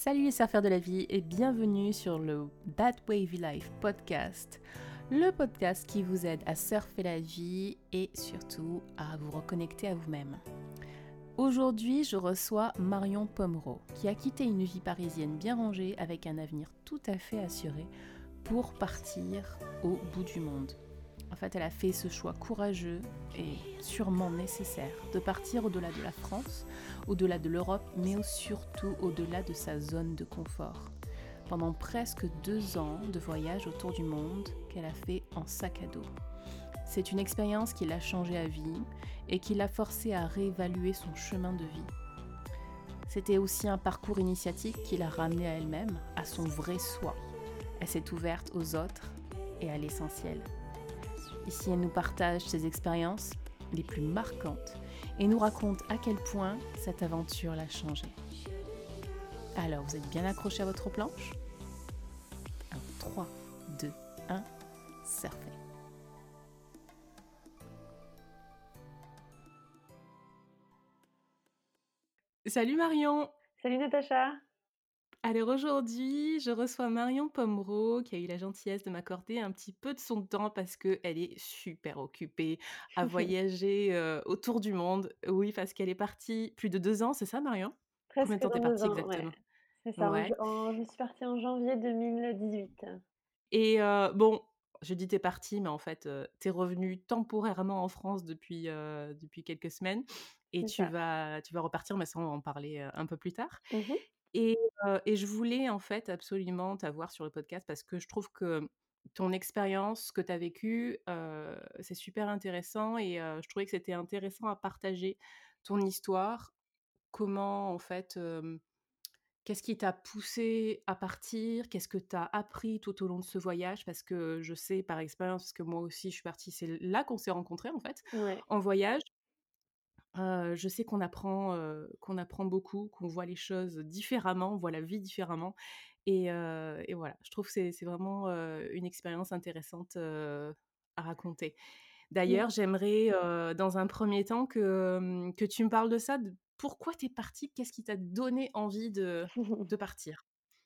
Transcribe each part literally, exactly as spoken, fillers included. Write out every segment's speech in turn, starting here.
Salut les surfeurs de la vie et bienvenue sur le That Wavy Life podcast, le podcast qui vous aide à surfer la vie et surtout à vous reconnecter à vous-même. Aujourd'hui, je reçois Marion Pomereau, qui a quitté une vie parisienne bien rangée avec un avenir tout à fait assuré pour partir au bout du monde. En fait, elle a fait ce choix courageux et sûrement nécessaire de partir au-delà de la France, au-delà de l'Europe, mais surtout au-delà de sa zone de confort. Pendant presque deux ans de voyage autour du monde qu'elle a fait en sac à dos. C'est une expérience qui l'a changée à vie et qui l'a forcée à réévaluer son chemin de vie. C'était aussi un parcours initiatique qui l'a ramenée à elle-même, à son vrai soi. Elle s'est ouverte aux autres et à l'essentiel. Ici, elle nous partage ses expériences les plus marquantes et nous raconte à quel point cette aventure l'a changée. Alors, vous êtes bien accrochés à votre planche ? trois, deux, un, surfez. Salut Marion! Salut Natacha! Alors aujourd'hui, je reçois Marion Pomereau qui a eu la gentillesse de m'accorder un petit peu de son temps parce qu'elle est super occupée à voyager euh, autour du monde. Oui, parce qu'elle est partie plus de deux ans, c'est ça Marion? Combien de Presque temps t'es dans deux partie ans, ouais. exactement? C'est ça, en, Ouais. en- je suis partie en janvier deux mille dix-huit. Et euh, bon, je dis t'es partie, mais en fait, euh, t'es revenue temporairement en France depuis, euh, depuis quelques semaines et C'est tu ça. vas, tu vas repartir, mais ça, on va en parler euh, un peu plus tard. Mhm. Et, euh, et je voulais en fait absolument t'avoir sur le podcast parce que je trouve que ton expérience, ce que tu as vécu, euh, c'est super intéressant et euh, je trouvais que c'était intéressant à partager ton histoire, comment en fait, euh, qu'est-ce qui t'a poussé à partir, qu'est-ce que tu as appris tout au long de ce voyage, parce que je sais par expérience, parce que moi aussi je suis partie, c'est là qu'on s'est rencontrés en fait, Ouais. en voyage. Heu, je sais qu'on apprend, heu, qu'on apprend beaucoup, qu'on voit les choses différemment, on voit la vie différemment et heu et voilà, je trouve que c'est c'est vraiment, heu, une expérience intéressante, heu, à raconter. D'ailleurs, Merci. j'aimerais, heu, dans un premier temps que, hem, que tu me parles de ça, de pourquoi tu es partie? Qu'est-ce qui t'a donné envie de de partir?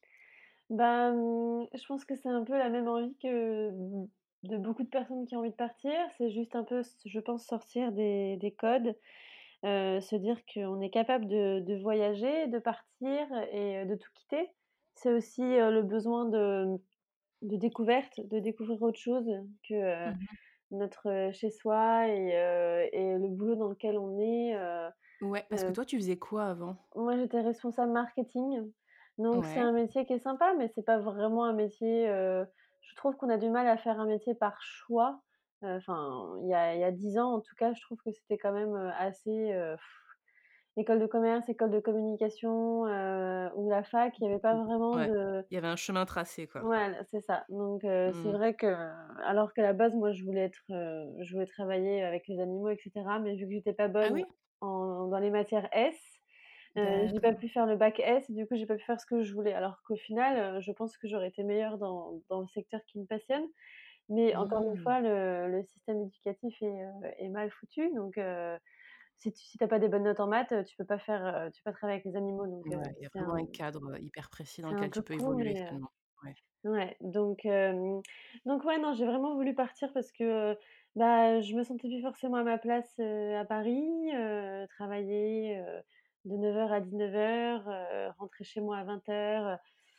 Bah, hum, je pense que c'est un peu la même envie que hum, de beaucoup de personnes qui ont envie de partir. C'est juste un peu, je pense, sortir des, des codes, euh, se dire qu'on est capable de, de voyager, de partir et euh, de tout quitter. C'est aussi euh, le besoin de, de découverte, de découvrir autre chose que, euh, Mmh. notre, heu, chez soi et heu et le boulot dans lequel on est, heu Ouais, parce que heu, toi, tu faisais quoi avant? moi j'étais responsable marketing, donc c'est Ouais. un métier qui est sympa, mais c'est pas vraiment un métier, heu je trouve qu'on a du mal à faire un métier par choix. Heu, enfin, il y a il y a dix ans, en tout cas, je trouve que c'était quand même, heu, assez, heu, école de commerce, école de communication, heu, ou la fac, il y avait pas vraiment Ouais, de. il y avait un chemin tracé, quoi. Ouais, c'est ça. Donc heu, c'est Mmh. vrai que alors qu'à la base, moi, je voulais être, heu, je voulais travailler avec les animaux et cetera, mais vu que j'étais pas Ah bonne oui? en dans les matières S, heu, j'ai pas D'accord. pu faire le bac S et du coup, j'ai pas pu faire ce que je voulais. Alors qu'au final, heu, je pense que j'aurais été meilleure dans dans le secteur qui me passionne. Mais encore une Mmh. fois, le le système éducatif est, heu, est mal foutu. Donc heu, si tu si tu pas des bonnes notes en maths, heu, tu peux pas faire, heu, tu peux pas travailler avec les animaux. Donc heu, Ouais, il y a c'est vraiment un un cadre, heu, hyper précis dans c'est un lequel peu tu peux con, évoluer mais heu finalement. Ouais. ouais, donc hem, donc ouais, non, j'ai vraiment voulu partir parce que, heu, bah, je me sentais plus forcément à ma place, heu, à Paris, heu, travailler, heu, de neuf heures à dix-neuf heures, heu, rentrer chez moi à vingt heures.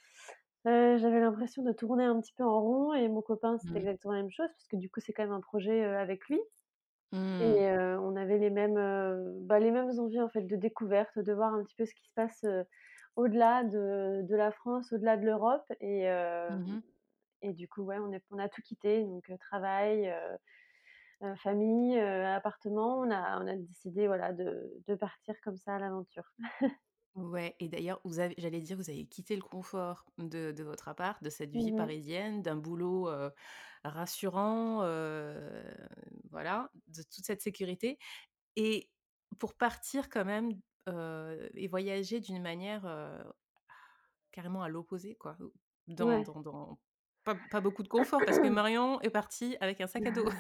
Heu, j'avais l'impression de tourner un petit peu en rond et mon copain, c'était Mmh. exactement la même chose parce que du coup, c'est quand même un projet, heu, avec lui Mmh. et heu, on avait les mêmes, heu, bah, les mêmes envies en fait de découverte, de voir un petit peu ce qui se passe, heu, au-delà de de la France, au-delà de l'Europe et heu Mmh mh. et du coup, ouais, on est on a tout quitté, donc heu, travail, heu heu, famille, heu, appartement. On a on a décidé, voilà, de de partir comme ça à l'aventure. Ouais, et d'ailleurs, vous avez j'allais dire, vous avez quitté le confort de de votre appart, de cette vie Mmh mh. parisienne, d'un boulot, heu, rassurant, heu, voilà, de toute cette sécurité et pour partir quand même, heu et voyager d'une manière, heu, carrément à l'opposé quoi, dans Ouais. dans dans pas pas beaucoup de confort parce que Marion est partie avec un sac à dos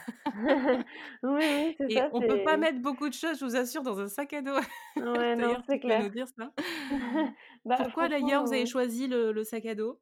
Oui, oui, c'est et ça, on peut pas c'est mettre beaucoup de choses, je vous assure, dans un sac à dos. ouais, non, D'ailleurs, tu c'est peux clair. nous dire ça? Bah, Pourquoi d'ailleurs vous avez franchement, heu choisi le le sac à dos?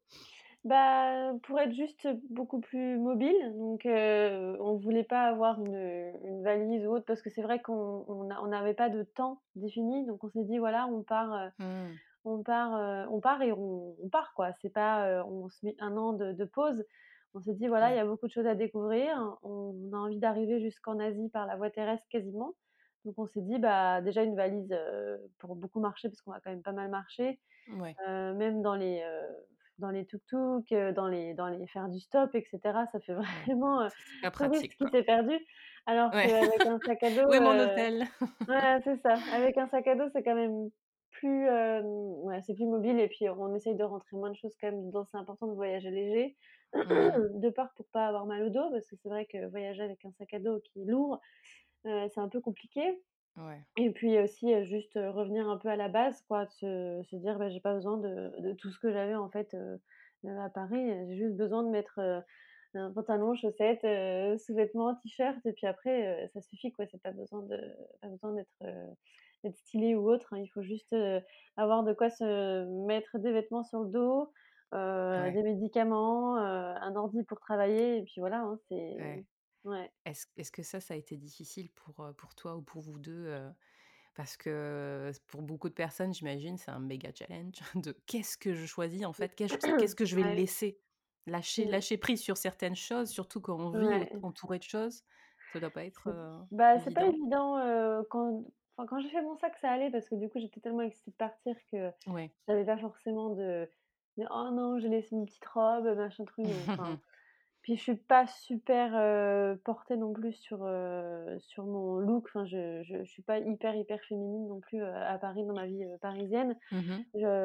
Bah, pour être juste beaucoup plus mobile, donc heu, on voulait pas avoir une, une valise ou autre parce que c'est vrai qu'on on a on n'avait pas de temps défini, donc on s'est dit: «Voilà, on part, heu, Mmh. on part, heu, on part et on on part quoi». C'est pas, heu, on se met un an de de pause. On s'est dit: «Voilà, il y Ouais. a beaucoup de choses à découvrir, on a envie d'arriver jusqu'en Asie par la voie terrestre quasiment». Donc on s'est dit: «Bah, déjà une valise, heu, pour beaucoup marcher parce qu'on va quand même pas mal marcher». Ouais. Heu, même dans les, heu, dans les tuk-tuk, heu, dans les dans les faire du stop et cetera, ça fait Ouais. vraiment, heu, C'est pas touriste pratique, qui quoi. s'est perdu. Alors Ouais. qu'avec un sac à dos, Où est mon heu hôtel? voilà, c'est ça. Avec un sac à dos, c'est quand même plus, hem, ouais, c'est plus mobile et puis on essaye de rentrer moins de choses quand même dedans. C'est important de voyager léger, Mmh. de peur pour pas avoir mal au dos, parce que c'est vrai que voyager avec un sac à dos qui est lourd, heu, c'est un peu compliqué. Ouais. Et puis aussi, heu, juste, heu, revenir un peu à la base quoi, de se se dire: «Bah, j'ai pas besoin de de tout ce que j'avais en fait, heu heu, à Paris, j'ai juste besoin de mettre, heu, un pantalon, chaussettes, heu, sous-vêtements, t-shirt et puis après, heu, ça suffit quoi». C'est pas besoin de pas besoin d'être, heu, d'être stylé ou autre, hein. Il faut juste, heu, avoir de quoi se mettre des vêtements sur le dos, heu, Ouais. des médicaments, heu, un ordi pour travailler et puis voilà, hein, c'est Ouais. ouais. Est-ce est-ce que ça, ça a été difficile pour, heu, pour toi ou pour vous deux, heu? Parce que pour beaucoup de personnes, j'imagine, c'est un méga challenge de: «Qu'est-ce que je choisis en fait? Qu'est-ce qu'est-ce que je vais Ouais, laisser?» Lâcher mmh, lâcher prise sur certaines choses, surtout quand on vit aut ouais. entouré de choses, ça doit pas être, C'est heu, bah, c'est pas évident? évident, heu, quand enfin, quand j'ai fait mon sac, ça allait parce que du coup, j'étais tellement excitée de partir que Ouais. j'avais pas forcément de de: «Oh non, j'ai laissé une petite robe, machin truc», donc enfin puis je suis pas super, heu, portée non plus sur, heu, sur mon look, enfin je je je suis pas hyper, hyper féminine non plus, heu, à Paris dans ma vie, heu, parisienne. Mmh.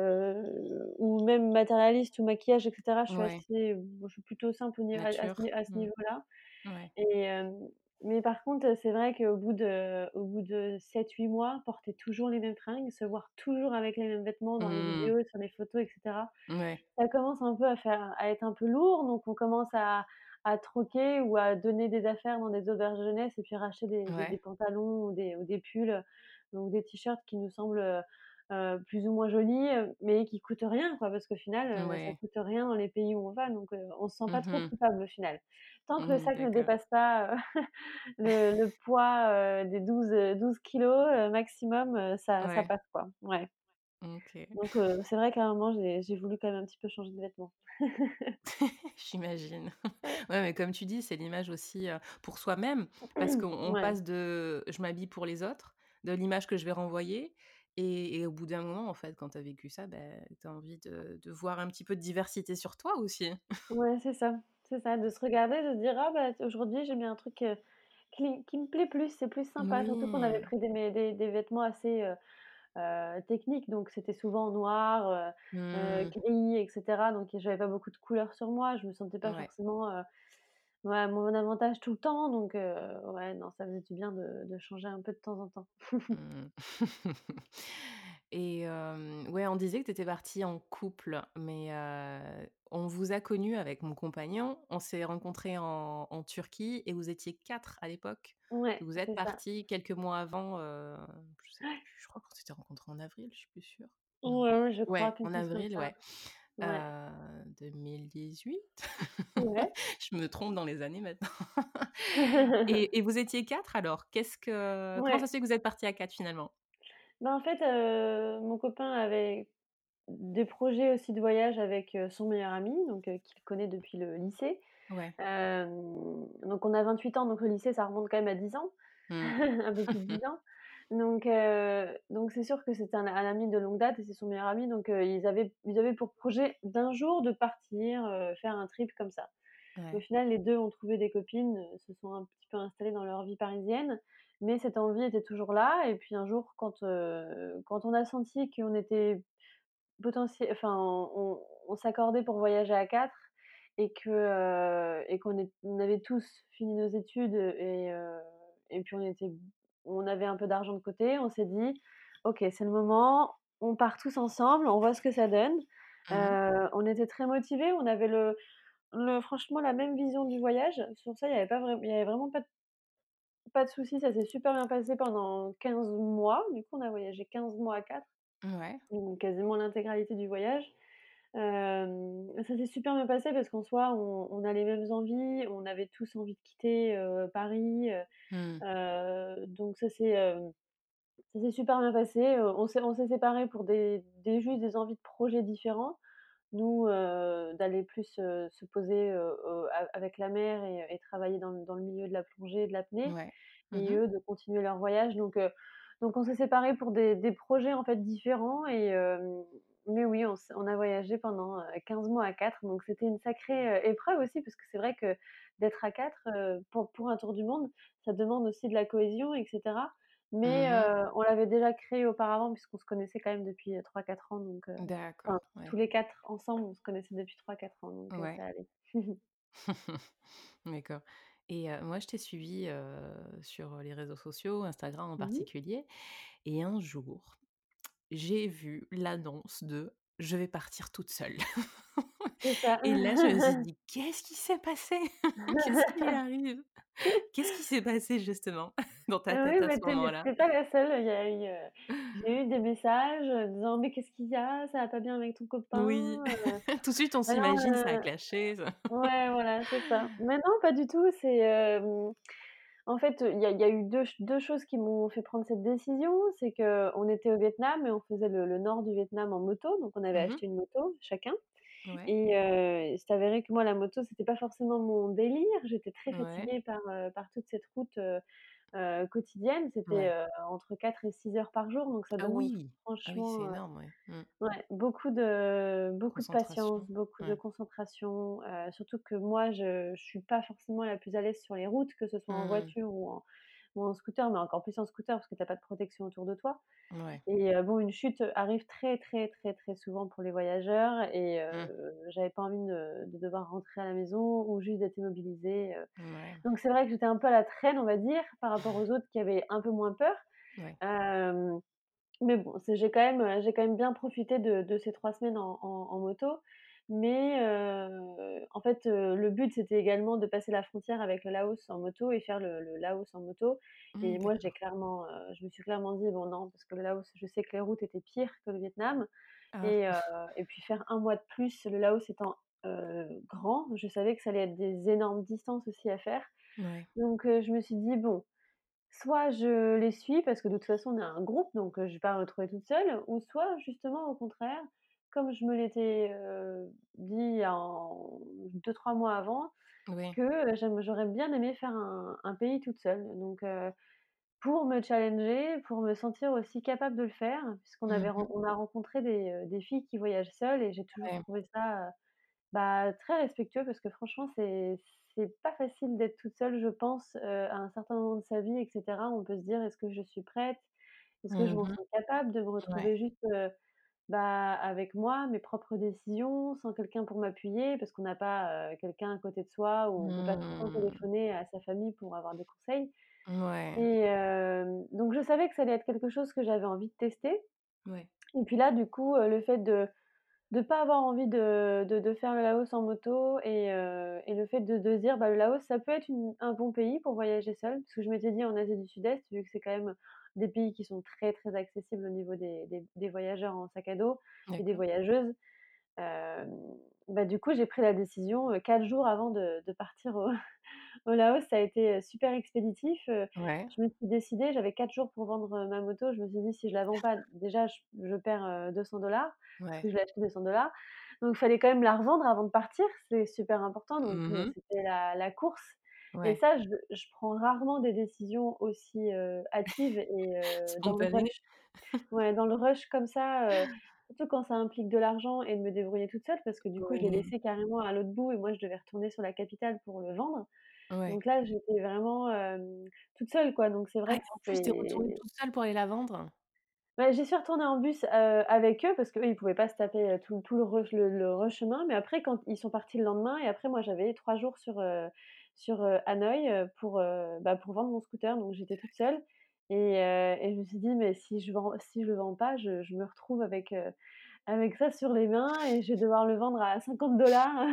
Je ou même matérialiste ou maquillage et cetera, je suis Ouais. assez, je suis plutôt simple au niveau à à ce Nature. ni à ce Mmh. niveau-là. Ouais. Et hem, mais par contre, c'est vrai qu'au bout de au bout de sept huit mois, porter toujours les mêmes fringues, se voir toujours avec les mêmes vêtements dans les Mmh. vidéos, sur les photos et cetera, Ouais. ça commence un peu à faire à être un peu lourd, donc on commence à à troquer ou à donner des affaires dans des auberges jeunesse et puis racheter des des des Ouais. pantalons ou des ou des pulls, heu, ou des t-shirts qui nous semblent, heu heu, plus ou moins jolis, heu, mais qui coûtent rien quoi. Parce qu'au final, heu, ça Ouais. coûte rien dans les pays où on va, donc heu, on se sent pas trop Mmh. coupable au final. Tant que le Mmh, sac ne d'accord. dépasse pas, heu, le le poids, heu, des douze heu, douze kilogrammes, heu, maximum, heu, ça ça Ouais. passe quoi. Ouais. OK. Donc heu, c'est vrai qu'à un moment j'ai j'ai voulu quand même un petit peu changer de vêtements. J'imagine. Ouais, mais comme tu dis, c'est l'image aussi, heu, pour soi-même, parce qu'on on Ouais. passe de: «Je m'habille pour les autres», de l'image que je vais renvoyer et et au bout d'un moment, en fait, quand tu as vécu ça, bah, tu as envie de de voir un petit peu de diversité sur toi aussi. Ouais, c'est ça, c'est ça, de se regarder, de se dire: «Ah bah, aujourd'hui j'ai mis un truc, heu, qui qui me plaît plus, c'est plus sympa». Surtout qu'on avait Oui. pris des mé des des vêtements assez, heu heu, techniques, donc c'était souvent noir, heu heu, Mmh. gris et cetera, donc j'avais pas beaucoup de couleurs sur moi. Je me sentais pas Ouais. forcément, heu, ouais, à mon avantage tout le temps, donc heu, ouais, non, ça faisait du bien de de changer un peu de temps en temps. Mmh. Et hem, ouais, on disait que tu étais partie en couple, mais heu, on vous a connus avec mon compagnon. On s'est rencontrés en en Turquie et vous étiez quatre à l'époque. Ouais, Vous êtes c'est ça. partis quelques mois avant, heu, je sais plus, je crois qu'on s'était rencontrés en avril, je suis plus sûre. Non. Ouais, ouais, je crois, Ouais, quelque en chose comme avril, ça. ouais, Ouais. heu, deux mille dix-huit? Ouais. Je me trompe dans les années maintenant. Et et vous étiez quatre alors? Qu'est-ce que comment ça Ouais. se fait que vous êtes partis à quatre finalement? Bah, en fait, heu, mon copain avait des projets aussi de voyage avec, heu, son meilleur ami, donc heu, qu'il connaît depuis le lycée. Ouais. Hem, donc on a vingt-huit ans, donc le lycée, ça remonte quand même à dix ans, Mmh. un peu plus de dix ans. Donc heu, donc c'est sûr que c'était un un ami de longue date et c'est son meilleur ami, donc heu, ils avaient ils avaient pour projet d'un jour de partir, heu, faire un trip comme ça. Au Ouais. final, les deux ont trouvé des copines, heu, se sont un petit peu installés dans leur vie parisienne, mais cette envie était toujours là et puis un jour quand, heu, quand on a senti qu'on était potentiel enfin, on on s'accordait pour voyager à quatre et que, heu et qu'on est on avait tous fini nos études, et heu et puis on était on avait un peu d'argent de côté. On s'est dit: «OK, c'est le moment, on part tous ensemble, on voit ce que ça donne». Mmh mh. Heu, on était très motivés, on avait le le franchement, la même vision du voyage. Sur ça, il y avait pas vraim il y avait vraiment pas de pas de souci, ça s'est super bien passé pendant quinze mois. Du coup, on a voyagé quinze mois à quatre, Ouais. donc quasiment l'intégralité du voyage. Hem, ça s'est super bien passé parce qu'en soi, on on a les mêmes envies, on avait tous envie de quitter, heu, Paris, heu Mmh. heu, donc ça s'est, hem, ça s'est super bien passé, heu, on s'est on s'est séparés pour des des juste des envies de projets différents. Nous, heu, d'aller plus, heu, se poser, heu heu, a avec la mer et et travailler dans le dans le milieu de la plongée et de l'apnée, Ouais. et Mmh. eux de continuer leur voyage, donc heu, donc on s'est séparés pour des des projets, en fait, différents, et hem, mais oui, on s'est on a voyagé pendant, heu, quinze mois à quatre, donc c'était une sacrée, heu, épreuve aussi parce que c'est vrai que d'être à quatre, heu, pour pour un tour du monde, ça demande aussi de la cohésion et cetera, mais Mmh. heu, on l'avait déjà créé auparavant puisqu'on se connaissait quand même depuis, heu, trois quatre ans, donc heu, D'accord, enfin, tous ouais. les quatre ensemble, on se connaissait depuis trois quatre ans, donc heu, Ouais. ça allait. D'accord et heu, moi je t'ai suivi, heu, sur les réseaux sociaux, Instagram en Mmh. particulier et un jour, j'ai vu l'annonce de: «Je vais partir toute seule» C'est ça. et là je me suis dit: «Qu'est-ce qui s'est passé? Qu'est-ce qui lui arrive? Qu'est-ce qui s'est passé justement dans ta Ah oui, tête à mais ce tu es moment-là?» tu es pas la seule. Il y a eu, heu, j'ai eu des messages, heu, disant: «Mais qu'est-ce qu'il y a? Ça va pas bien avec ton copain?» Oui, heu, tout de suite on alors, s'imagine ça a heu clashé, ça ouais, voilà, c'est ça. Mais non, pas du tout, c'est, hem, en fait, il y a il y a eu deux ch deux choses qui m'ont fait prendre cette décision. C'est qu'on était au Vietnam et on faisait le le nord du Vietnam en moto, donc on avait mmh. acheté une moto chacun, Ouais, et heu, il s'est avéré que moi, la moto, c'était pas forcément mon délire. J'étais très ouais, fatiguée par, heu, par toute cette route, heu heu, quotidienne. C'était, ouais. heu, entre quatre et six heures par jour, donc ça Ah demande oui! Ah oui, c'est franchement, heu, énorme, ouais. Mmh. ouais, beaucoup de beaucoup de patience, Concentration. beaucoup de Ouais. concentration, heu, surtout que moi, je je suis pas forcément la plus à l'aise sur les routes, que ce soit en Mmh. voiture ou en ou en scooter, mais encore plus en scooter parce que tu as pas de protection autour de toi, Ouais. et heu, bon, une chute arrive très, très, très, très souvent pour les voyageurs, et Mmh. heu, j'avais pas envie de de devoir rentrer à la maison ou juste d'être immobilisée, heu, Ouais. donc c'est vrai que j'étais un peu à la traîne, on va dire, par rapport aux autres qui avaient un peu moins peur, Ouais. hem mais bon, c'est j'ai quand même, heu, j'ai quand même bien profité de de ces trois semaines en en en moto. Mais heu, en fait, heu, le but, c'était également de passer la frontière avec le Laos en moto et faire le le Laos en moto, Mmh, et moi, j'ai d'accord. clairement, heu, je me suis clairement dit: «Bon, non», parce que le Laos, je sais que les routes étaient pires que le Vietnam, Ah. et heu et puis faire un mois de plus, le Laos étant, heu, grand, je savais que ça allait être des énormes distances aussi à faire. Ouais. Donc heu, je me suis dit: «Bon, soit je les suis parce que de toute façon on est un groupe, donc heu, je vais pas me retrouver toute seule, ou soit justement au contraire, comme je me l'étais, heu, dit en deux trois mois avant, Oui. que, heu, j'aime j'aurais bien aimé faire un un pays toute seule. Donc heu, pour me challenger, pour me sentir aussi capable de le faire, puisqu'on avait ren Mmh. on a rencontré des, heu, des filles qui voyagent seules, et j'ai toujours Ouais. trouvé ça, heu, bah, très respectueux parce que franchement c'est c'est pas facile d'être toute seule, je pense, heu, à un certain moment de sa vie et cetera. On peut se dire: «Est-ce que je suis prête? Est-ce que je m'en Mmh. sens capable de me Ouais. retrouver juste, heu, bah, avec moi, mes propres décisions, sans quelqu'un pour m'appuyer?» parce qu'on n'a pas, heu, quelqu'un à côté de soi, ou on peut pas tout le temps Mmh. téléphoner à sa famille pour avoir des conseils, Ouais. et hem, donc je savais que ça allait être quelque chose que j'avais envie de tester, Ouais. et puis là, du coup, heu, le fait de de pas avoir envie de de de faire le Laos en moto, et heu et le fait de de se dire: «Bah, le Laos, ça peut être une un bon pays pour voyager seul». Parce que je m'étais dit en Asie du Sud-Est, vu que c'est quand même des pays qui sont très, très accessibles au niveau des des des voyageurs en sac à dos et des D'accord. voyageuses, hem, bah, du coup, j'ai pris la décision, heu, quatre jours avant de de partir au au Laos. Ça a été, heu, super expéditif, heu, Ouais. je me suis décidée, j'avais quatre jours pour vendre, heu, ma moto. Je me suis dit: «Si je la vends pas, déjà je je perds, heu, deux cents dollars parce Ouais. que je l'ai achetée deux cents dollars. Donc il fallait quand même la revendre avant de partir, c'est super important, donc heu, Mmh. c'était la la course, et Ouais. ça, je je prends rarement des décisions aussi, heu, hâtives et heu, dans le Spontané? rush. Ouais, dans le rush comme ça, heu, surtout quand ça implique de l'argent et de me débrouiller toute seule parce que du coup, je l'ai Oui. laissé carrément à l'autre bout et moi je devais retourner sur la capitale pour le vendre. Ouais. Donc là, j'étais vraiment, hem, toute seule, quoi, donc c'est Ah vrai et que en plus tu es retournée c'est toute seule pour aller la vendre? bah, j'y suis retournée en bus, heu, avec eux parce qu'eux, ils pouvaient pas se taper, heu, tout tout le re le le re-chemin, mais après quand ils sont partis le lendemain, et après moi j'avais trois jours sur, heu, sur, heu, Hanoï, heu, pour, heu, bah, pour vendre mon scooter, donc j'étais toute seule, et heu et je me suis dit: «Mais si je vends si je le vends pas, je je me retrouve avec, heu, avec ça sur les mains et je vais devoir le vendre à cinquante dollars.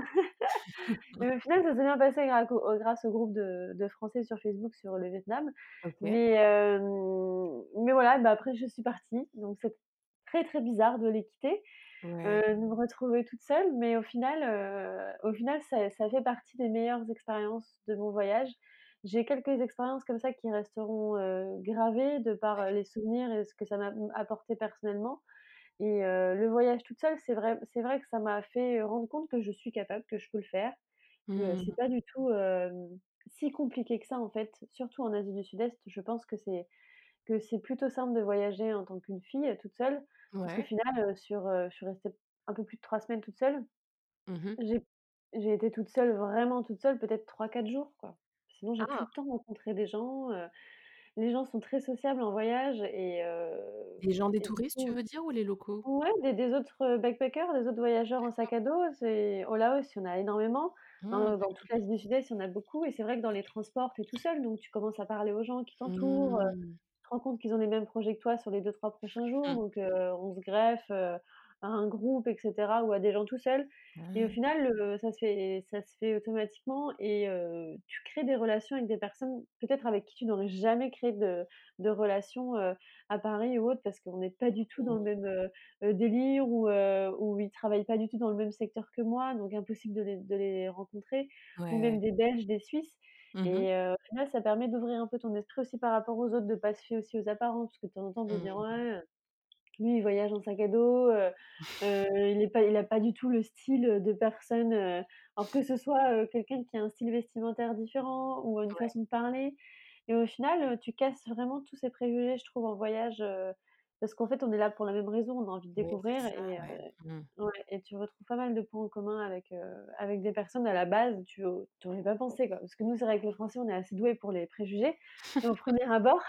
Et au final, ça s'est bien passé grâce au au grâce au groupe de de Français sur Facebook sur le Vietnam. OK. Mais hem, mais voilà, bah, après je suis partie, donc c'est très, très bizarre de les quitter, heu, Ouais. de me retrouver toute seule, mais au final, heu, au final ça ça fait partie des meilleures expériences de mon voyage. J'ai quelques expériences comme ça qui resteront, heu, gravées de par, heu, les souvenirs et ce que ça m'a, mmh, apporté personnellement et heu, le voyage toute seule, c'est vrai c'est vrai que ça m'a fait, rendre compte que je suis capable, que je peux le faire, que Mmh. c'est pas du tout, hem, si compliqué que ça, en fait. Surtout en Asie du Sud-Est, je pense que c'est que c'est plutôt simple de voyager en tant qu'une fille, heu, toute seule. Parce qu'au Ouais. final, heu, sur, heu, je suis restée un peu plus de trois semaines toute seule. Mmh. J'ai j'ai été toute seule, vraiment toute seule, peut-être trois quatre jours, quoi. Sinon, j'ai tout Ah! le temps rencontré des gens, heu, les gens sont très sociables en voyage et heu Des gens des et du touristes, tu coup veux dire, ou les locaux? ouais, des des autres, heu, backpackers, des autres voyageurs en sac D'accord. à dos, c'est au Laos, il y en a énormément. Mmh, Dans dans toute l'Asie du Sud-Est, il y en a beaucoup et c'est vrai que dans les transports, tu es tout seul, donc tu commences à parler aux gens qui t'entourent, heu, mmh. tu te rends compte qu'ils ont les mêmes projets que toi sur les deux trois prochains jours, Mmh. donc heu, on se greffe, heu, à un groupe et cetera ou à des gens tout seuls et au Ah. final, heu, ça se fait ça se fait automatiquement et heu, tu crées des relations avec des personnes peut-être avec qui tu n'aurais jamais créé de de relations, heu, à Paris ou autre parce qu'on n'est pas du tout dans le Mmh. même, heu heu, délire ou heu, ou ils travaillent pas du tout dans le même secteur que moi, donc impossible de les de les rencontrer ou même Ouais. des Belges, des Suisses Mmh. et heu, au final, ça permet d'ouvrir un peu ton esprit aussi par rapport aux autres, de pas se fier aussi aux apparences, parce que de temps en temps, de dire: Mmh. «Ouais, heu, lui, il voyage en sac à dos, heu heu, il est pas il a pas du tout le style, heu, de personne», heu, alors que ce soit, heu, quelqu'un qui a un style vestimentaire différent ou une Ouais. façon de parler et au final, heu, tu casses vraiment tous ces préjugés, je trouve, en voyage, heu, parce qu'en fait, on est là pour la même raison, on a envie de Oui, découvrir c'est ça, et heu, ouais. Mmh. ouais et tu retrouves pas mal de points en commun avec, heu, avec des personnes à la base, tu au tu aurais pas pensé, quoi. Parce que nous, c'est vrai que les Français, on est assez doués pour les préjugés, au premier abord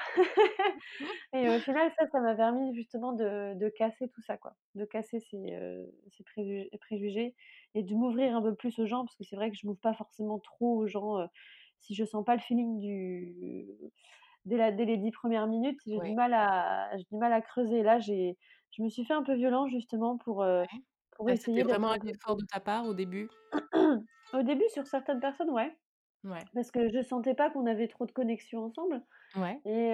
et au final, ça, ça m'a permis justement de de casser tout ça, quoi, de casser ces, heu, ces préju préjugés et de m'ouvrir un peu plus aux gens parce que c'est vrai que je m'ouvre pas forcément trop aux gens, heu, si je sens pas le feeling du dès la dès les dix premières minutes, j'ai du Ouais, mal à j'ai du mal à creuser. Là, j'ai je me suis fait un peu violence justement pour, heu, ouais. pour Ah, c'était essayer vraiment d'être un un peu effort de ta part au début? au début, sur certaines personnes, ouais, Ouais. parce que je sentais pas qu'on avait trop de connexion ensemble Ouais. et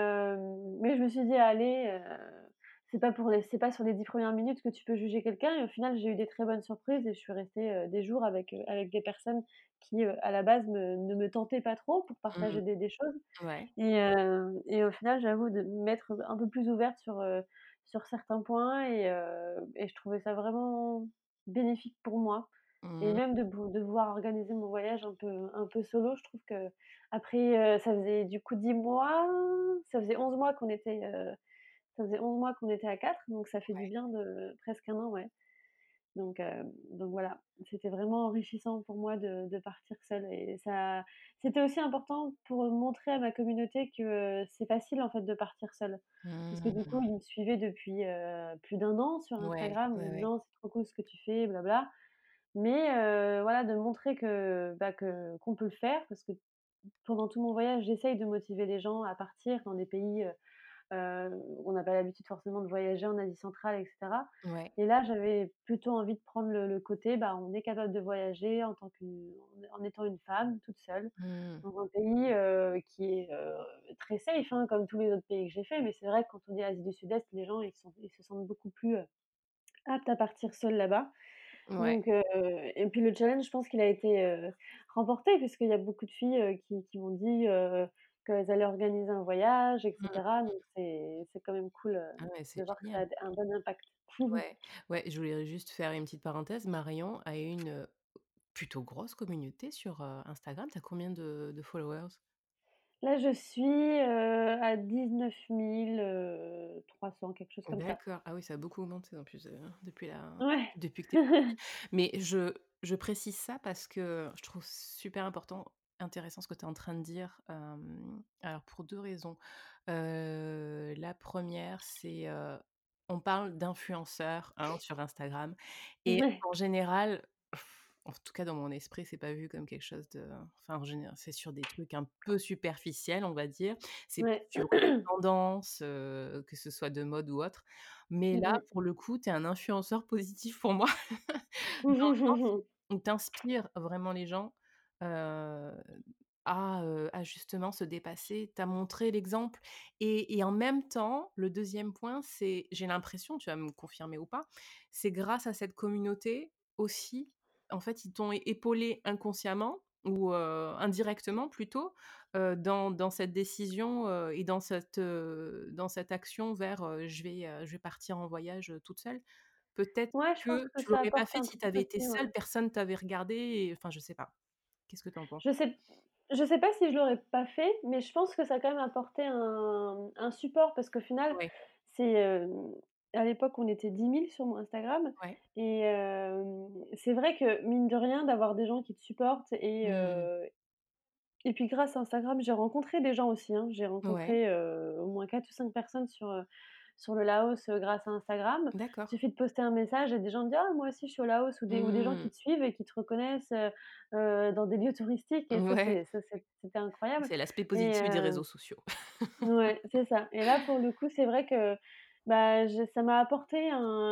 hem, mais je me suis dit: «Allez, heu, c'est pas pour les c'est pas sur les dix premières minutes que tu peux juger quelqu'un» et au final, j'ai eu des très bonnes surprises et je suis restée, heu, des jours avec, heu, avec des personnes qui, heu, à la base me ne me tentaient pas trop pour Mmh. partager des des choses. Ouais. Et heu et au final, j'avoue de m'être un peu plus ouverte sur, heu, sur certains points et heu et je trouvais ça vraiment bénéfique pour moi et Mmh. même de pou de pouvoir organiser mon voyage un peu un peu solo. Je trouve qu'après, heu, ça faisait du coup dix mois, ça faisait onze mois qu'on était, heu, ça faisait onze mois qu'on était à quatre, donc ça fait du Ouais. bien de presque un an, ouais. Donc heu, donc voilà, c'était vraiment enrichissant pour moi de de partir seule et ça c'était aussi important pour, montrer à ma communauté que, heu, c'est facile en fait de partir seule. Parce que du coup, Mmh. ils me suivaient depuis, heu, plus d'un an sur Ouais, Instagram en ouais, me ouais. disant: «C'est trop cool ce que tu fais, blabla». Mais heu, voilà, de montrer que, bah, que qu'on peut le faire parce que pendant tout mon voyage, j'essaye de motiver les gens à partir dans des pays, heu heu, on n'a pas l'habitude forcément de voyager en Asie centrale et cetera Ouais. et là, j'avais plutôt envie de prendre le le côté, bah, on est capable de voyager en tant qu'une en en étant une femme toute seule Mmh. dans un pays, heu, qui est, heu, très safe, hein, comme tous les autres pays que j'ai fait. Mais c'est vrai que quand on dit Asie du Sud-Est, les gens ils sont ils se sentent beaucoup plus, heu, aptes à partir seuls là-bas. Ouais. Donc heu et puis le challenge, je pense qu'il a été, heu, remporté puisqu'il y a beaucoup de filles, heu, qui qui m'ont dit, heu, qu'elles allaient organiser un voyage et Mmh. cetera. Donc c'est c'est quand même cool, heu, Ah ouais, de c'est voir que ça génial. a un bon impact. Ouais. Ouais, je voulais juste faire une petite parenthèse. Marion a une, heu, plutôt grosse communauté sur, heu, Instagram. Tu as combien de de followers? Là, je suis, heu, à dix-neuf mille trois cents, quelque chose comme ça. D'accord. Ah oui, ça a beaucoup augmenté en plus, heu, depuis la Ouais. depuis que tu es partie. Mais je je précise ça parce que je trouve super important intéressant ce que tu es en train de dire, hem, alors pour deux raisons. Heu, la première, c'est, heu, on parle d'influenceurs, hein, sur Instagram et Ouais. en général en tout cas dans mon esprit, c'est pas vu comme quelque chose de enfin, en général, c'est sur des trucs un peu superficiels, on va dire. C'est Ouais. sur les tendances, heu, que ce soit de mode ou autre. Mais Mmh là, mh. pour le coup, tu es un influenceur positif pour moi, dans le sens où où tu inspires vraiment les gens, heu, à, heu, à justement se dépasser. Tu as montré l'exemple et et en même temps, le deuxième point, c'est j'ai l'impression, tu vas me confirmer ou pas, c'est grâce à cette communauté aussi, en fait, ils t'ont é épaulé inconsciemment ou, heu, indirectement plutôt, heu, dans dans cette décision, heu et dans cette, heu, dans cette action vers, heu, je vais, heu, je vais partir en voyage, heu, toute seule. Peut-être Ouais, je pense que que tu ça l'aurais pas apporte fait un si tu truc avais été aussi, seule, ouais. personne t'avait regardé et enfin, je sais pas. Qu'est-ce que tu en penses? Je sais je sais pas si je l'aurais pas fait, mais je pense que ça a quand même apporté un un support parce qu'au final, Ouais, c'est, hem, à l'époque, on était dix mille sur mon Instagram ouais. et hem, c'est vrai que mine de rien, d'avoir des gens qui te supportent et Mmh. heu et puis grâce à Instagram, j'ai rencontré des gens aussi, hein. J'ai Ouais, rencontré, heu, au moins quatre ou cinq personnes sur, heu, sur le Laos, heu, grâce à Instagram. Il d'accord. suffit de poster un message et des gens te disent: «Ah moi aussi je suis au Laos» ou des ou des gens qui Mmh. te suivent et qui te reconnaissent, heu heu, dans des lieux touristiques et ça Ouais, c'est ça c'est c'était incroyable c'est l'aspect et positif des heu réseaux sociaux. ouais, c'est ça et là pour le coup, c'est vrai que, bah, je ça m'a apporté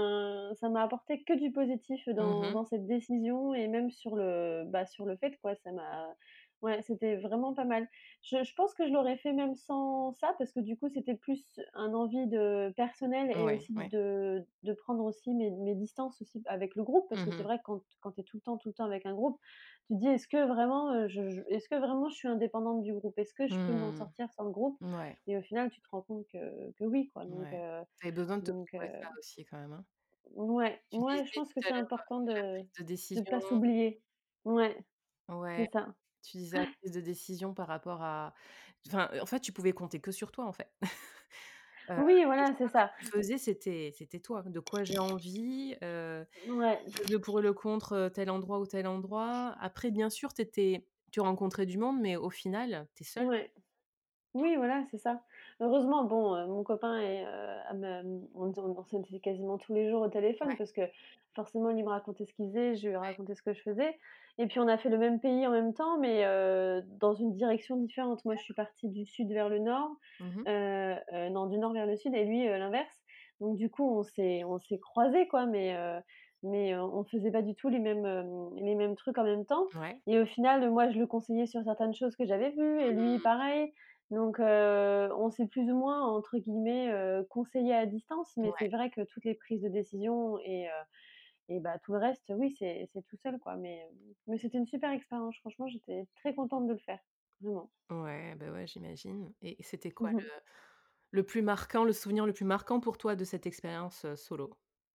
un ça m'a apporté que du positif dans Mmh. dans cette décision et même sur le bah, sur le fait quoi, ça m'a ouais, c'était vraiment pas mal. Je je pense que je l'aurais fait même sans ça parce que du coup, c'était plus un envie de personnel et Ouais, aussi ouais. de de prendre aussi mes mes distances aussi avec le groupe parce que c'est Mmh. vrai que quand quand tu es tout le temps, tout le temps avec un groupe, tu te dis: «Est-ce que vraiment, heu, je je est-ce que vraiment je suis indépendante du groupe? Est-ce que je peux m'en Mmh. sortir sans le groupe?» Ouais, Et au final, tu te rends compte que que oui, quoi, donc ouais. heu Tu avais besoin de te donc prouver heu, ça aussi quand même, hein? ouais, Tu ouais, je disais pense que tout à c'est l'heure, important heu, la de prise de de décision pas s'oublier. Ouais, ouais, c'est ça. tu disais la prise de décision par rapport à enfin, en fait, tu pouvais compter que sur toi, en fait. Heu, Oui, le voilà, c'est choix que ça. tu faisais, c'était c'était toi. De quoi j'ai envie, heu, Ouais. le pour et le contre, heu, tel endroit ou tel endroit. Après, bien sûr, tu étais tu rencontrais du monde, mais au final, tu es seule. Ouais. Oui, voilà, c'est ça. Heureusement, bon, heu, mon copain est, heu, à me on on on s'était quasiment tous les jours au téléphone Ouais, parce que forcément, lui me racontait ce qu'il faisait, je lui ouais, racontais ce que je faisais et puis on a fait le même pays en même temps, mais heu, dans une direction différente. Moi, je suis partie du sud vers le nord, mmh mh. heu heu, non, du nord vers le sud et lui, heu, l'inverse. Donc du coup, on s'est on s'est croisés, quoi, mais heu mais heu, on faisait pas du tout les mêmes, hem, les mêmes trucs en même temps Ouais. et au final, moi, je le conseillais sur certaines choses que j'avais vues et lui Mmh. pareil. Donc heu, on s'est plus ou moins, entre guillemets, heu, «conseillés à distance», mais c'est Ouais, vrai que toutes les prises de décision et heu et bah, tout le reste, oui, c'est c'est tout seul, quoi, mais hem, mais c'était une super expérience. Franchement, j'étais très contente de le faire, vraiment. ouais, bah, ouais, j'imagine et c'était quoi Mmh mh. le le plus marquant, le souvenir le plus marquant pour toi de cette expérience, heu, solo?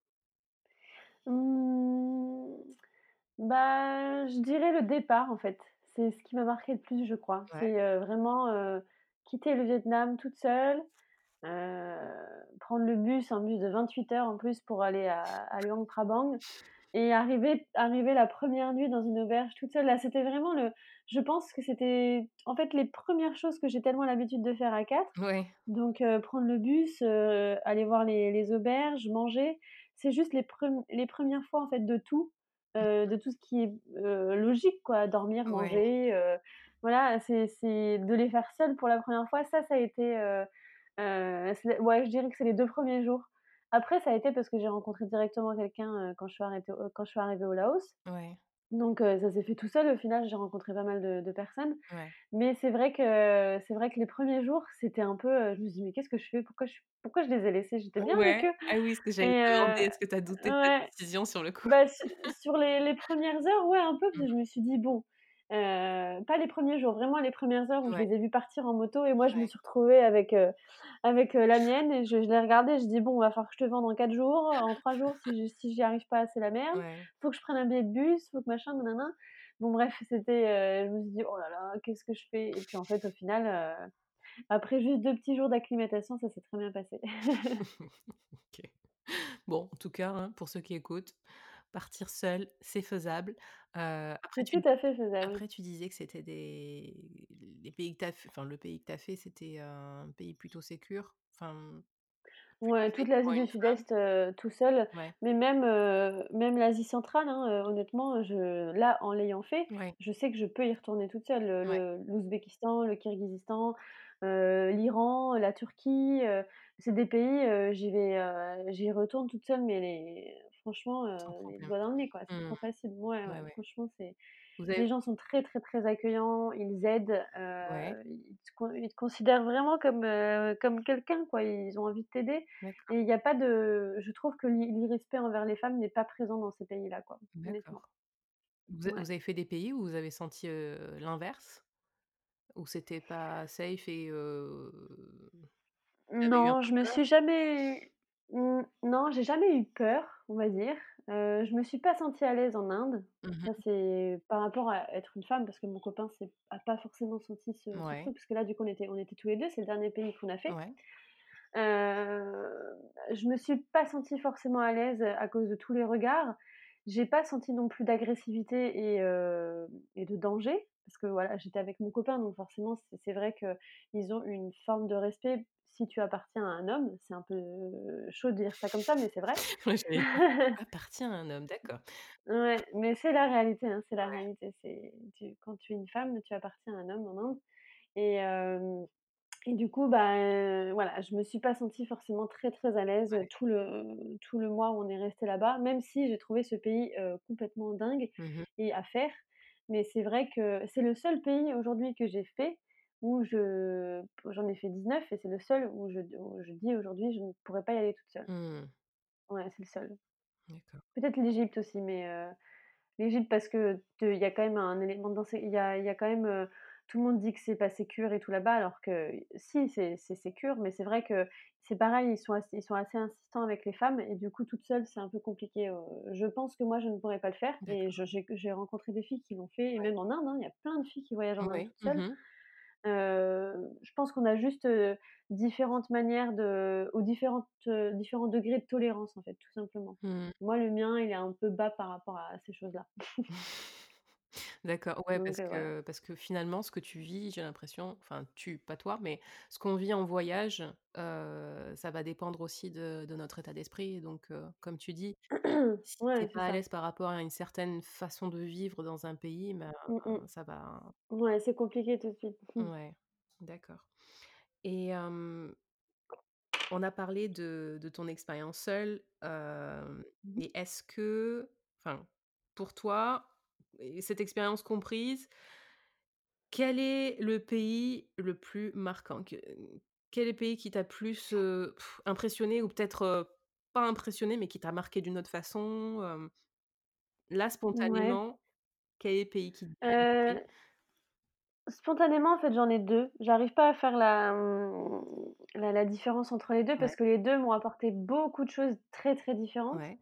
Mmh, bah, je dirais le départ, en fait. C'est ce qui m'a marqué le plus, je crois. Ouais, C'est, heu, vraiment, heu, quitter le Vietnam toute seule. Heu, Prendre le bus, un bus de vingt-huit heures en plus pour aller à à Luang Prabang et arriver arriver la première nuit dans une auberge toute seule. Là, c'était vraiment le je pense que c'était en fait les premières choses que j'ai tellement l'habitude de faire à quatre. ouais, Donc heu, prendre le bus, heu, aller voir les les auberges, manger. C'est juste les prem les premières fois en fait de tout, heu, de tout ce qui est, heu, logique quoi, dormir, ouais, manger, heu, voilà, c'est c'est de les faire seuls pour la première fois, ça, ça a été, heu heu, c'est ouais, je dirais que c'est les deux premiers jours. Après ça a été parce que j'ai rencontré directement quelqu'un, heu, quand je suis arrêtée au quand je suis arrivée au Laos. ouais, Donc heu, ça s'est fait tout seul au final, j'ai rencontré pas mal de de personnes. ouais. Mais c'est vrai que c'est vrai que les premiers jours, c'était un peu, heu, je me suis dit: «Mais qu'est-ce que je fais? Pourquoi je pourquoi je les ai laissés? J'étais bien avec Ouais, eux» ah oui, ce que j'allais et te demander, heu est-ce que tu as douté de ta ouais. décision sur le coup? Bah, su sur les les premières heures, ouais, un peu, parce Mmh. que je me suis dit: «Bon», heu, pas les premiers jours, vraiment les premières heures où je Ouais, les ai vus partir en moto et moi je me ouais, suis retrouvée avec, heu, avec, heu, la mienne et je je l'ai regardée, je dis: «Bon, va falloir que je te vende en quatre jours, en trois jours si j si j'y arrive pas, c'est la merde. ouais. Faut que je prenne un billet de bus, faut que machin, nin Bon bref, c'était, heu, je me suis dit: «Oh là là, qu'est-ce que je fais?» et puis en fait, au final, heu, après juste deux petits jours d'acclimatation, ça s'est très bien passé. OK. Bon, en tout cas, hein, pour ceux qui écoutent, partir seul, c'est faisable. Heu, après C'est tu tout à fait faisable. après tu disais que c'était des les pays que tu as f enfin le pays que tu as fait, c'était un pays plutôt sécure? Enfin, Ouais, toute fait l'Asie pour du une femme? Sud-Est, heu, tout seul, Ouais, mais même, heu, même l'Asie centrale, hein, heu, honnêtement, je là, en l'ayant fait, ouais, je sais que je peux y retourner toute seule. Le ouais, le l'Ouzbékistan, le Kirghizistan, heu, l'Iran, la Turquie, heu, c'est des pays, heu, j'y vais, heu, j'y retourne toute seule, mais les franchement, heu, sans les problème. doigts dans le nez, quoi. C'est Mmh. trop facile. Ouais, ouais, Ouais, ouais. franchement, c'est Vous avez les gens sont très, très, très accueillants, ils aident, ouais, heu, ils te con ils te considèrent vraiment comme, heu, comme quelqu'un, quoi. Ils ont envie de t'aider d'accord, et il y a pas de je trouve que l'ir l'irrespect envers les femmes n'est pas présent dans ces pays-là, quoi, honnêtement. d'accord. Vous a Ouais. vous avez fait des pays où vous avez senti, heu, l'inverse? Où c'était pas safe et heu, vous avez eu un Non, peu je me peur? suis jamais mmh, non, j'ai jamais eu peur, on va dire. Heu, je me suis pas sentie à l'aise en Inde. Mmh Ça, mh. c'est par rapport à être une femme, parce que mon copain s'est a pas forcément senti ce ce Ouais, truc, parce que là, du coup, on était on était tous les deux, c'est le dernier pays qu'on a fait. ouais, Heu, je me suis pas sentie forcément à l'aise, à cause de tous les regards. J'ai pas senti non plus d'agressivité et heu et de danger, parce que voilà, j'étais avec mon copain, donc forcément, c'est c'est vrai qu'ils ont une forme de respect si tu appartiens à un homme. C'est un peu chaud de dire ça comme ça, mais c'est vrai. ouais, j'allais dire: «Appartient à un homme», d'accord. Ouais, mais c'est la réalité, hein, c'est la Ouais. réalité. C'est tu quand tu es une femme, tu appartiens à un homme en Inde et hem et du coup, bah, heu, voilà, je me suis pas sentie forcément très, très à l'aise, heu, tout le tout le mois où on est resté là-bas, même si j'ai trouvé ce pays, heu, complètement dingue Mmh mh. et à faire. Mais c'est vrai que c'est le seul pays aujourd'hui que j'ai fait où je j'en ai fait dix-neuf et c'est le seul où je où je dis aujourd'hui: «Je ne pourrais pas y aller toute seule». Mmh. Ouais, c'est le seul. D'accord. Peut-être l'Égypte aussi, mais heu l'Égypte parce que te il y a quand même un élément d'insé il y a il y a quand même, heu, tout le monde dit que c'est pas sécure et tout là-bas alors que si, c'est c'est sécure, mais c'est vrai que c'est pareil, ils sont assez ils sont assez insistants avec les femmes et du coup toute seule, c'est un peu compliqué, heu, je pense que moi je ne pourrais pas le faire et je D'accord. j'ai j'ai rencontré des filles qui l'ont fait et même Ouais. en Inde, hein, il y a plein de filles qui voyagent en Inde Ouais. toutes Mmh seules. mh. Heu, je pense qu'on a juste, heu, différentes manières de ou différentes, heu, différents degrés de tolérance en fait, tout simplement. Mmh. Moi le mien, il est un peu bas par rapport à ces choses-là. D'accord, ouais, Donc parce heu, voilà. que parce que finalement, ce que tu vis, j'ai l'impression, enfin tu, pas toi, mais ce qu'on vit en voyage, heu, ça va dépendre aussi de de notre état d'esprit. Donc heu, comme tu dis, si tu es Ouais, c'est pas à ça. l'aise par rapport à une certaine façon de vivre dans un pays, ben, Mmh mh. ça va Ouais, c'est compliqué tout de suite. Mmh. ouais, d'accord. Et hem, on a parlé de de ton expérience seule, hem Mmh mh. et est-ce que enfin, pour toi et cette expérience comprise, quel est le pays le plus marquant? Que quel est le pays qui t'a plus, heu, impressionné ou peut-être, heu, pas impressionné, mais qui t'a marqué d'une autre façon? Hem, là, Ouais. spontanément, quel est le pays qui te vient à l'esprit? Heu, spontanément, en fait, j'en ai deux. J'arrive pas à faire la, mmh, la la différence entre les deux Ouais, parce que les deux m'ont apporté beaucoup de choses très, très différentes. ouais.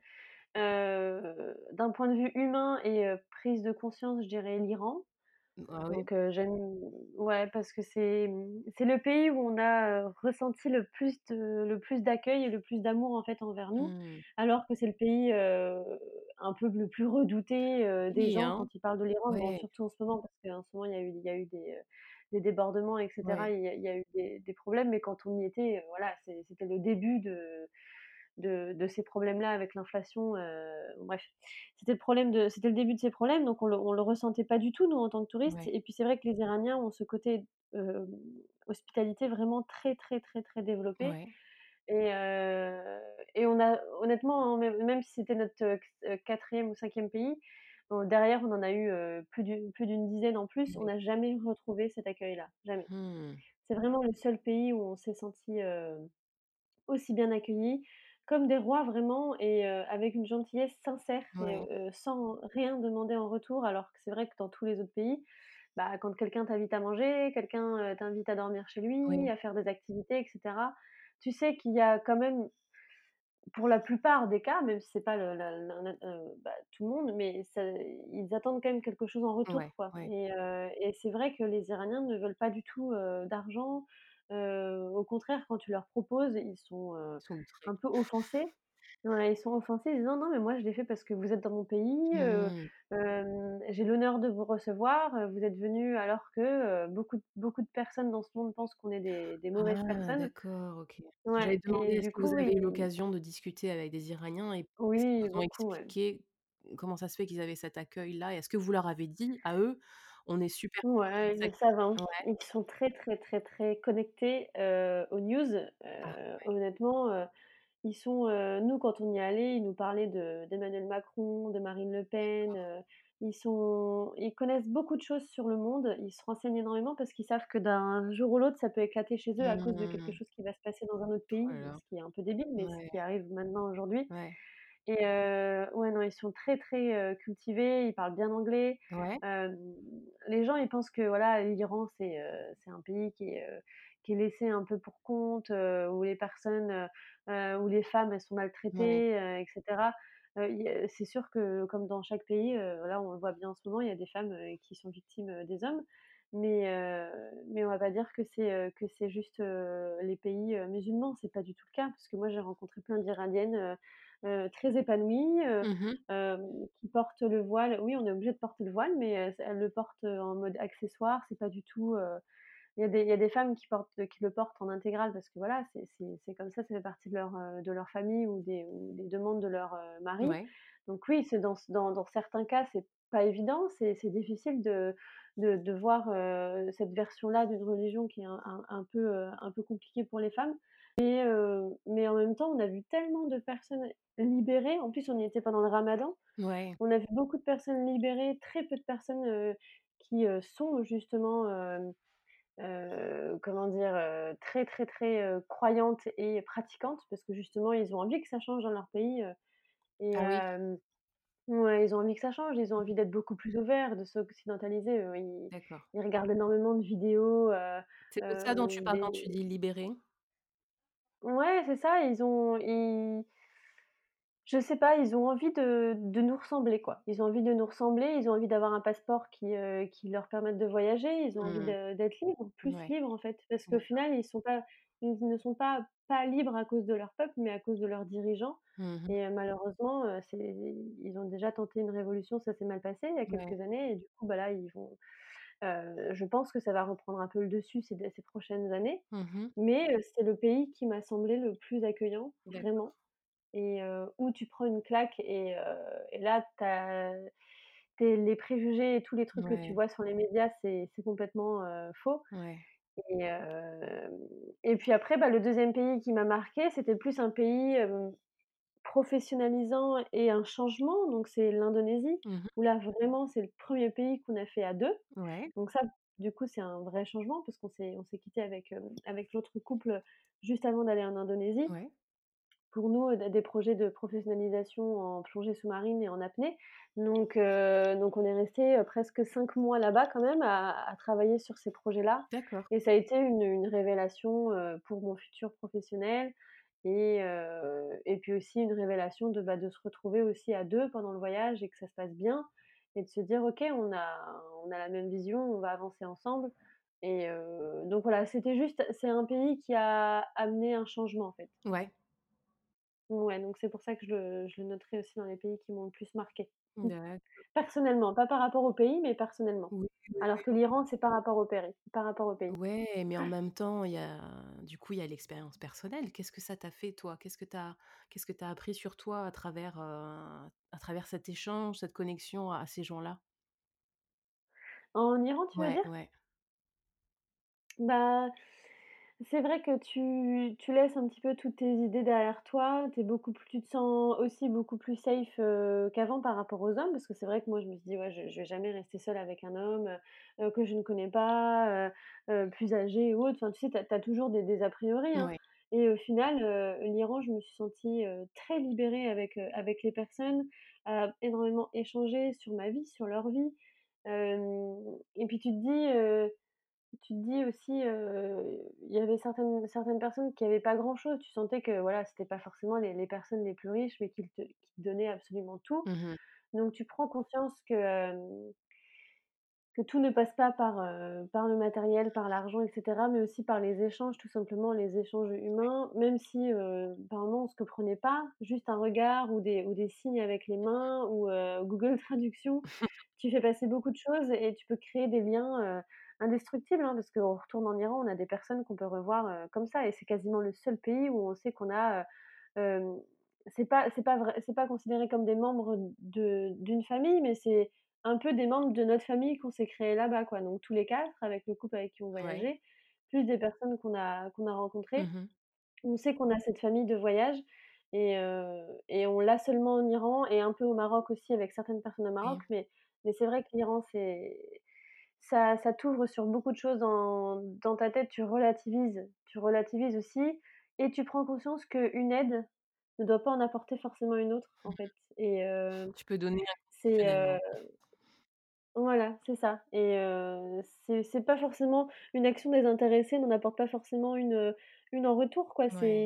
Heu, d'un point de vue humain et heu, prise de conscience, je dirais l'Iran. Ah oui? Donc heu, j'aime ouais, parce que c'est, mmh, c'est le pays où on a, heu, ressenti le plus de le plus d'accueil et le plus d'amour, en fait, envers nous, Mmh. alors que c'est le pays, heu, un peu le plus redouté, heu, des Oui, gens hein? quand ils parlent de l'Iran. Bon, Ouais, surtout en ce moment, parce qu'en ce moment, il y a eu il y a eu des, heu, des débordements et cetera. ouais, Il y a il y a eu des des problèmes, mais quand on y était, heu, voilà, c'est c'était le début de de de ces problèmes-là avec l'inflation, heu, bref. C'était le problème de c'était le début de ces problèmes, donc on le on le ressentait pas du tout, nous, en tant que touristes ouais, et puis c'est vrai que les Iraniens ont ce côté, hem, hospitalité vraiment très, très, très, très développé ouais, et heu et on a honnêtement, hein, même même si c'était notre, heu, q quatrième ou cinquième pays, bon derrière on en a eu, heu, plus d'une plus d'une dizaine en plus, on oui. n'a jamais retrouvé cet accueil-là, jamais. Mmh. C'est vraiment le seul pays où on s'est sentis, heu aussi bien accueillis, comme des rois vraiment et heu, avec une gentillesse sincère et Ouais, heu, sans rien demander en retour. Alors que c'est vrai que dans tous les autres pays, bah, quand quelqu'un t'invite à manger, quelqu'un, heu, t'invite à dormir chez lui, oui, à faire des activités et cetera, tu sais qu'il y a quand même, pour la plupart des cas, même si c'est pas le la la la heu, bah, tout le monde, mais ça ils attendent quand même quelque chose en retour, ouais, quoi ouais. et heu et c'est vrai que les Iraniens ne veulent pas du tout, heu, d'argent. Heu, au contraire, quand tu leur proposes, ils sont, heu, Ils sont outrés. un peu offensés Ouais, ils sont offensés, ils disent: «Non, non, mais moi je l'ai fait parce que vous êtes dans mon pays, heu, Mmh. hem, j'ai l'honneur de vous recevoir, heu, vous êtes venus alors que, heu, beaucoup d beaucoup de personnes dans ce monde pensent qu'on est des des mauvaises Ah personnes». d'accord, OK. Ouais J'allais te demander, et est-ce du que vous coup, avez eu ils l'occasion de discuter avec des Iraniens et est-ce qu'ils oui, vous ont beaucoup, ouais. expliqué comment ça se fait qu'ils avaient cet accueil-là? Et est-ce que vous leur avez dit à eux: «On est super contents Ouais, qu'ils ils vous le accueillent»? savent, hein. Ouais. Ils sont très, très, très, très connectés, heu, aux news. Ah Heu, ouais. honnêtement, heu, ils sont, heu nous quand on y allait, ils nous parlaient de d'Emmanuel Macron, de Marine Le Pen, D'accord. heu, ils sont ils connaissent beaucoup de choses sur le monde. Ils se renseignent énormément parce qu'ils savent que d'un jour ou l'autre, ça peut éclater chez eux à cause de quelque Mmh. chose qui va se passer dans un autre Oh pays, là là. ce qui est un peu débile, mais ce Ouais, qui arrive maintenant aujourd'hui. ouais. Et heu, ouais, non, ils sont très, très, heu, cultivés, ils parlent bien anglais. Ouais, Hem, les gens, ils pensent que voilà, l'Iran, c'est, heu, c'est un pays qui est, heu, qui est laissé un peu pour compte, heu, où les personnes, heu heu, où les femmes, elles sont ouais, maltraitées, heu et cetera. Heu, il y a c'est sûr que comme dans chaque pays, heu, là, on le voit bien en ce moment, il y a des femmes, heu, qui sont victimes, heu, des hommes. Mais heu, mais on va pas dire que c'est, heu, que c'est juste, heu, les pays, heu, musulmans, c'est pas du tout le cas. Parce que moi, j'ai rencontré plein d'Iraniennes, heu heu, très épanouies, heu, Mmh mh. hem, qui portent le voile. Oui, on est obligé de porter le voile, mais heu, elles le portent, heu, en mode accessoire. C'est pas du tout, heu il y a des il y a des femmes qui portent qui le portent en intégral parce que voilà, c'est c'est c'est comme ça, ça fait partie de leur, heu, de leur famille ou des ou des demandes de leur, heu, mari. Ouais, Donc oui, c'est dans dans dans certains cas, c'est pas évident, c'est c'est difficile de de de voir, heu, cette version-là d'une religion qui est un un un peu, heu, un peu compliquée pour les femmes. Mais heu, mais en même temps, on a vu tellement de personnes libérées. En plus, on y était pendant le ramadan. ouais. On a vu beaucoup de personnes libérées, très peu de personnes, heu, qui, heu, sont justement, hem heu, comment dire? Heu, très, très, très, heu, croyantes et pratiquantes parce que justement ils ont envie que ça change dans leur pays, heu et Ah oui, hem, ouais, ils ont envie que ça change, ils ont mmh, envie d'être beaucoup plus ouverts, de s'occidentaliser, eux. Ils d'accord. ils regardent énormément de vidéos, heu C'est de ça dont heu, tu parles quand tu des dis libéré? ouais, c'est ça, ils ont ils je sais pas, ils ont envie de de nous ressembler, quoi. Ils ont envie de nous ressembler, ils ont envie d'avoir un passeport qui, heu, qui leur permette de voyager, ils ont envie Mmh. de d'être libres, plus Ouais, libres, en fait. Parce qu'au d'accord. final, ils sont pas ils ne sont pas pas libres à cause de leur peuple, mais à cause de leurs dirigeants Mmh mh. et heu, malheureusement, heu, c'est ils ont déjà tenté une révolution, ça s'est mal passé il y a Ouais. quelques années et du coup, bah, là, ils vont heu, je pense que ça va reprendre un peu le dessus ces ces prochaines années, Mmh mh. mais heu, c'est le pays qui m'a semblé le plus accueillant, D'accord. vraiment. Et heu, où tu prends une claque et heu et là, tu as tes les préjugés et tous les trucs que tu Ouais, vois sur les médias, c'est c'est complètement, heu, faux ouais. et hem et puis après, bah, le deuxième pays qui m'a marquée, c'était plus un pays, hem, professionnalisant et un changement, donc c'est l'Indonésie, Mmh mh. où là, vraiment, c'est le premier pays qu'on a fait à deux. Ouais, Donc ça, du coup, c'est un vrai changement parce qu'on s'est on s'est quittés avec, hem, avec l'autre couple juste avant d'aller en Indonésie. ouais. Pour nous, heu, des projets de professionnalisation en plongée sous-marine et en apnée. Donc heu, donc on est restés, heu, presque cinq mois là-bas quand même à à travailler sur ces projets-là D'accord. et ça a été une une révélation, heu, pour mon futur professionnel et heu et puis aussi une révélation de, bah, de se retrouver aussi à deux pendant le voyage et que ça se passe bien et de se dire: «OK, on a on a la même vision, on va avancer ensemble» et heu, donc voilà, c'était juste c'est un pays qui a amené un changement, en fait. Ouais. Ouais, donc c'est pour ça que je le je le noterai aussi dans les pays qui m'ont le plus marquée. D'accord. Personnellement, pas par rapport au pays, mais personnellement. Oui, oui, Alors oui. que l'Iran, c'est par rapport au péri par rapport au pays. Ouais, mais en même temps, il y a du coup, il y a l'expérience personnelle. Qu'est-ce que ça t'a fait toi? Qu'est-ce que tu as qu'est-ce que tu as appris sur toi à travers, heu, à travers cet échange, cette connexion à ces gens-là? En Iran, tu veux Ouais, dire? ouais. Bah, c'est vrai que tu tu laisses un petit peu toutes tes idées derrière toi. Tu es beaucoup plus tu te sens aussi beaucoup plus safe, heu, qu'avant par rapport aux hommes. Parce que c'est vrai que moi, je me suis dit: «Ouais, je je vais jamais rester seule avec un homme, heu que je ne connais pas, heu heu, plus âgé ou autre». Enfin, tu sais, tu as tu as toujours des des a priori, hein Ouais. et au final, heu, l'Iran, je me suis sentie, heu, très libérée avec, heu, avec les personnes, à énormément échanger sur ma vie, sur leur vie. Hem et puis tu te dis, heu tu te dis aussi, heu, il y avait certaines certaines personnes qui avaient pas grand-chose. Tu sentais que voilà, c'était pas forcément les les personnes les plus riches, mais qui te qui te donnaient absolument tout. Mmh mh. Donc tu prends conscience que, hem que tout ne passe pas par, heu, par le matériel, par l'argent et cetera, mais aussi par les échanges, tout simplement, les échanges humains. Même si, heu, par moments on se comprenait pas, juste un regard ou des ou des signes avec les mains ou, heu, Google Traduction, tu fais passer beaucoup de choses et tu peux créer des liens, heu, indestructibles, hein, parce qu'on retourne en Iran, on a des personnes qu'on peut revoir, heu, comme ça et c'est quasiment le seul pays où on sait qu'on a, heu, hem, c'est pas c'est pas vrai c'est pas considéré comme des membres de d'une famille, mais c'est un peu des membres de notre famille qu'on s'est créés là-bas, quoi. Donc tous les quatre, avec le couple avec qui on Ouais. voyageait, plus des personnes qu'on a qu'on a rencontrées. Mmh. On sait qu'on a cette famille de voyage et heu et on l'a seulement en Iran et un peu au Maroc aussi avec certaines personnes au Maroc, Oui. mais mais c'est vrai que l'Iran, c'est ça ça t'ouvre sur beaucoup de choses dans dans ta tête, tu relativises tu relativises aussi et tu prends conscience qu'une aide ne doit pas en apporter forcément une autre, en fait et heu, Tu peux donner c'est, heu inconditionnellement. voilà, c'est ça et heu, c'est c'est pas forcément une action désintéressée, n'en apporte pas forcément une, heu, une en retour, quoi. Ouais. C'est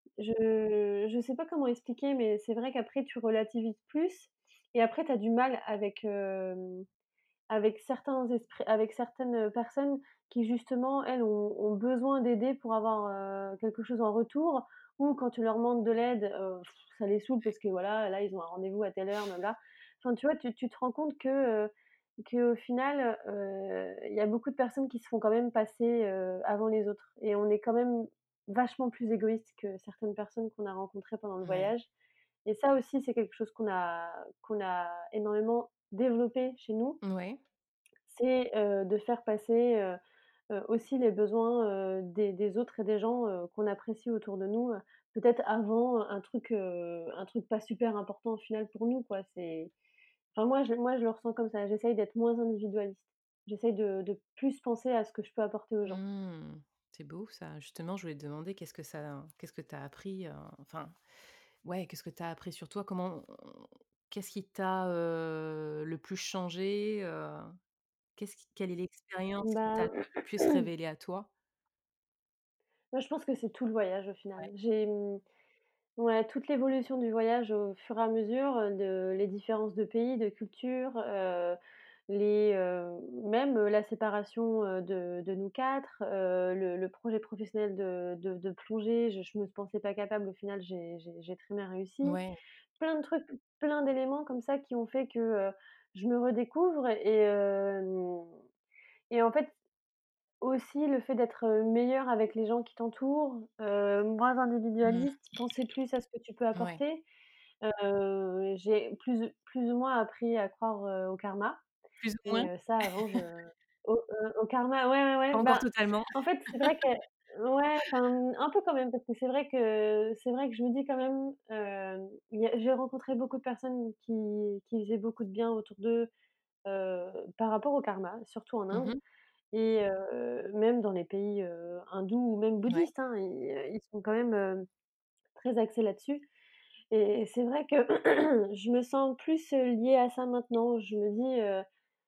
je je sais pas comment expliquer, mais c'est vrai qu'après tu relativises plus et après tu as du mal avec, hem, avec certains esprits avec certaines, personnes qui justement, elles, ont ont besoin d'aider pour avoir, heu, quelque chose en retour ou quand tu leur demandes de l'aide, heu, ça les saoule parce que voilà, là, ils ont un rendez-vous à telle heure, blabla. Enfin, tu vois, tu tu te rends compte que, heu, qu'au final, heu, il y a beaucoup de personnes qui se font quand même passer, heu, avant les autres et on est quand même vachement plus égoïste que certaines personnes qu'on a rencontrées pendant le Ouais. voyage et ça aussi, c'est quelque chose qu'on a qu'on a énormément développé chez nous. Ouais. C'est, heu, de faire passer, heu heu, aussi les besoins, heu, des des autres et des gens, heu, qu'on apprécie autour de nous, heu, peut-être avant un truc, heu, un truc pas super important au final pour nous, quoi. C'est enfin moi je moi je le ressens comme ça. J'essaye d'être moins individualiste. J'essaye de de plus penser à ce que je peux apporter aux gens. Mmh. C'est beau ça. Justement, je voulais te demander qu'est-ce que ça qu'est-ce que tu as appris, heu, enfin, ouais, qu'est-ce que tu as appris sur toi? Comment qu'est-ce qui t'a, heu, le plus changé, heu? Qu'est-ce qui quelle est l'expérience qui t'a Bah, le plus révélé à toi? moi je pense que c'est tout le voyage au final. Ouais. J'ai, mmh Ouais, toute l'évolution du voyage au fur et à mesure, heu, de les différences de pays, de culture, heu, les, heu, même, heu, la séparation, heu, de de nous quatre, heu, le le projet professionnel de de de plongée, je je me pensais pas capable, au final j'ai j'ai j'ai très bien réussi. Ouais. Plein de trucs, plein d'éléments comme ça qui ont fait que, heu, je me redécouvre et hem et en fait, aussi le fait d'être, heu, meilleur avec les gens qui t'entourent, heu, moins Mmh. individualiste, penser plus à ce que tu peux Ouais. apporter. Heu, j'ai plus plus ou moins appris à croire, heu, au karma Plus ou et moins? heu, ça avant je au, heu, au karma, ouais, ouais, Pas ouais, encore ben, totalement. en fait, c'est vrai que ouais, enfin, un peu quand même parce que c'est vrai que c'est vrai que je me dis quand même, hem, il y a j'ai rencontré beaucoup de personnes qui qui faisaient beaucoup de bien autour d'eux, heu, par rapport au karma, surtout en Mmh Inde mh. et heu, même dans les pays, heu, hindous ou même Ouais. bouddhistes, hein, ils, ils sont quand même, heu, très axés là-dessus et c'est vrai que je me sens plus, heu, liée à ça maintenant. Je me dis, heu: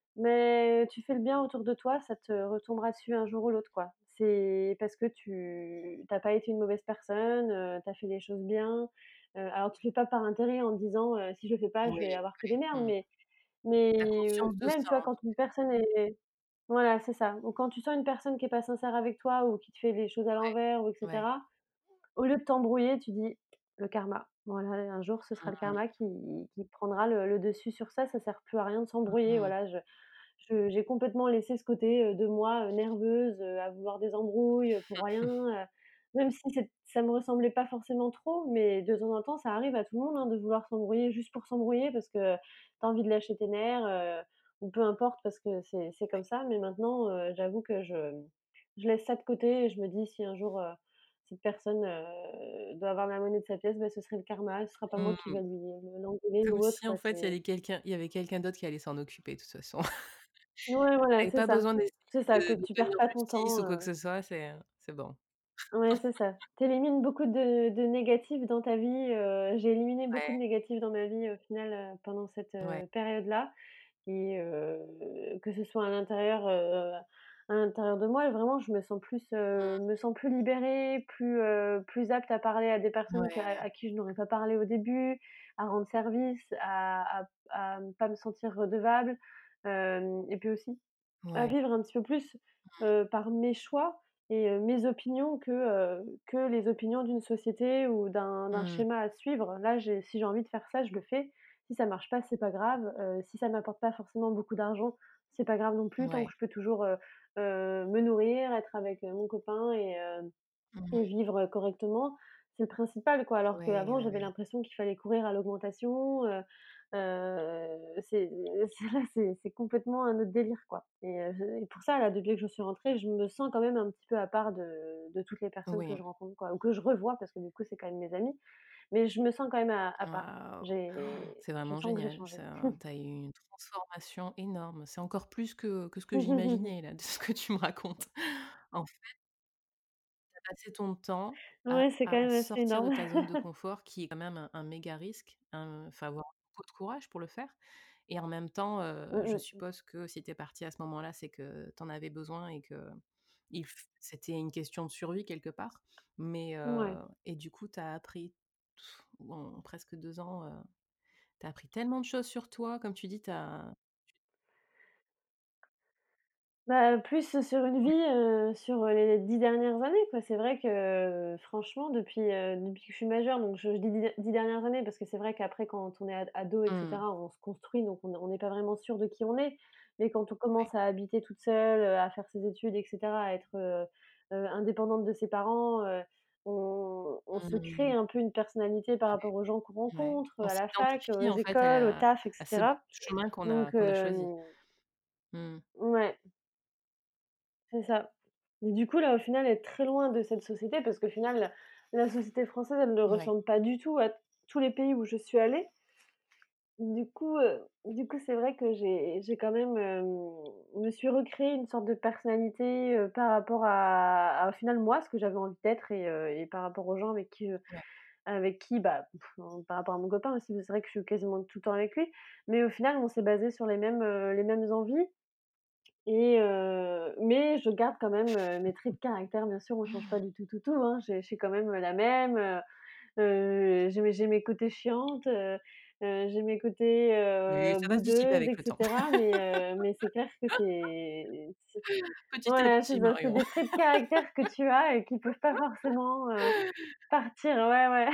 «Mais tu fais le bien autour de toi, ça te retombera dessus un jour ou l'autre, quoi». C'est parce que tu tu as pas été une mauvaise personne, heu, tu as fait les choses bien, heu, alors tu le fais pas par intérêt en te disant, heu: «Si je le fais pas, je Oui, vais avoir que des oui. merdes», Mmh. mais Tu as mais heu, conscience de même, ça, tu vois, en quand tout une cas. personne est voilà, c'est ça. Ou quand tu sens une personne qui est pas sincère avec toi ou qui te fait les choses à l'envers ou et Ouais. Ouais. cetera, au lieu de t'embrouiller, tu dis: «Le karma, voilà, un jour ce sera le Mmh. karma qui qui prendra le le dessus sur ça, ça sert plus à rien de s'embrouiller». Mmh. Voilà, je je j'ai complètement laissé ce côté, heu, de moi, heu, nerveuse, heu, à vouloir des embrouilles, heu, pour rien, heu, même si c'est ça me ressemblait pas forcément trop, mais de temps en temps, ça arrive à tout le monde, hein, de vouloir s'embrouiller juste pour s'embrouiller parce que tu as envie de lâcher tes nerfs, heu, ou peu importe parce que c'est c'est comme ça. Mais maintenant, heu, j'avoue que je je laisse ça de côté et je me dis: «Si un jour, heu, cette personne, heu, doit avoir la monnaie de sa pièce, bah, ce serait le karma, ce sera pas moi qui Mmh. va lui l'engueuler Comme ou autre, si, en quoi». fait, il y C'est allait quelqu'un il y avait quelqu'un d'autre qui allait s'en occuper, de toute façon. Ouais, Tu voilà, avais c'est pas ça. besoin d'essayer C'est ça, que de de tu tenir perds pas ton justice temps, ou quoi que heu ce soit, c'est, heu, c'est bon. ouais, c'est ça. Tu élimines beaucoup de de négatifs dans ta vie, heu, j'ai éliminé beaucoup de Ouais, négatifs dans ma vie, au final, heu, pendant cette, ouais. heu, période-là et heu, que ce soit à l'intérieur, heu, à l'intérieur de moi, vraiment, je me sens plus, heu, me sens plus libérée, plus, heu, plus apte à parler à des personnes que à Ouais. à qui je n'aurais pas parlé au début, à rendre service, à à à ne pas me sentir redevable, hem et puis aussi à Ouais. vivre un petit peu plus, heu, par mes choix et heu, mes opinions que, heu, que les opinions d'une société ou d'un d'un Mmh. schéma à suivre. Là, j'ai si j'ai envie de faire ça, je le fais. Si ça marche pas, c'est pas grave. Heu, si ça m'apporte pas forcément beaucoup d'argent, c'est pas grave non plus tant que Ouais. je peux toujours, heu heu, me nourrir, être avec, heu, mon copain et heu et Mmh. vivre correctement, c'est le principal, quoi. Alors Ouais, qu'avant, ouais, j'avais ouais. l'impression qu'il fallait courir à l'augmentation, heu heu, c'est c'est là, c'est c'est complètement un autre délire, quoi et heu, et pour ça, là, depuis que je suis rentrée, je me sens quand même un petit peu à part de de toutes les personnes que Oui. je rencontre, quoi, ou que je revois parce que du coup, c'est quand même mes amis, mais je me sens quand même à à part. Waouh! J'ai C'est je vraiment sens que j'ai génial, changé. ça tu as eu une transformation énorme. C'est encore plus que que ce que j'imaginais là, de ce que tu me racontes. En fait, tu as passé ton temps à Ouais, c'est quand à même assez sortir de énorme. ta zone de confort qui est quand même un un méga risque, hein, faut avoir beaucoup de courage pour le faire et en même temps, heu, Mmh je mh. suppose que si tu es partie à ce moment-là, c'est que tu en avais besoin et que il f c'était une question de survie quelque part, mais Ouais. heu et du coup, tu as appris en presque deux ans, heu, tu as appris tellement de choses sur toi, comme tu dis, tu as Bah, plus sur une vie, heu, sur, les dix dernières années, quoi. C'est vrai que, euh, franchement, depuis, heu, depuis que je suis majeure, donc je je dis dix dix dernières années parce que c'est vrai qu'après quand on est ad ado et mmh, cetera, on se construit, donc on on n'est pas vraiment sûr de qui on est. Mais quand on ouais, commence à habiter toute seule, heu, à faire ses études et cetera, à être, heu heu, indépendante de ses parents, heu, on on se crée mmh, un peu une personnalité par rapport aux gens qu'on ouais. rencontre, On à la fac, aux s'identifie en fait écoles, au à taf et à ce cetera. chemin qu'on a Donc qu'on a choisi. hem, Mmh, ouais. C'est ça. Et du coup, là, au final, être très loin de cette société parce qu'au final, la la société française, elle ne ouais. ressemble pas du tout à tous les pays où je suis allée. Du coup, heu, du coup, c'est vrai que j'ai j'ai quand même, hem, me suis recréé une sorte de personnalité, heu, par rapport à à au final, moi, ce que j'avais envie d'être et heu et par rapport aux gens avec qui, heu, Ouais. avec qui, bah, pff, par rapport à mon copain aussi, c'est vrai que je suis quasiment tout le temps avec lui. Mais au final, on s'est basé sur les mêmes, heu, les mêmes envies et heu, mais je garde quand même, heu, mes traits de caractère, bien sûr, on change pas du tout, tout, tout, hein. J'ai je suis quand même, la même, heu heu, j'ai mes j'ai mes côtés chiantes, heu heu, j'ai mes côtés, Oui, heu, ça va se dissiper boudeuse avec et le temps. cetera, mais heu, mais c'est clair que c'est c'est Petit à voilà, c'est petit, ça, c'est Marion. des traits de caractère que tu as et qui peuvent pas forcément, heu, partir. Ouais, ouais.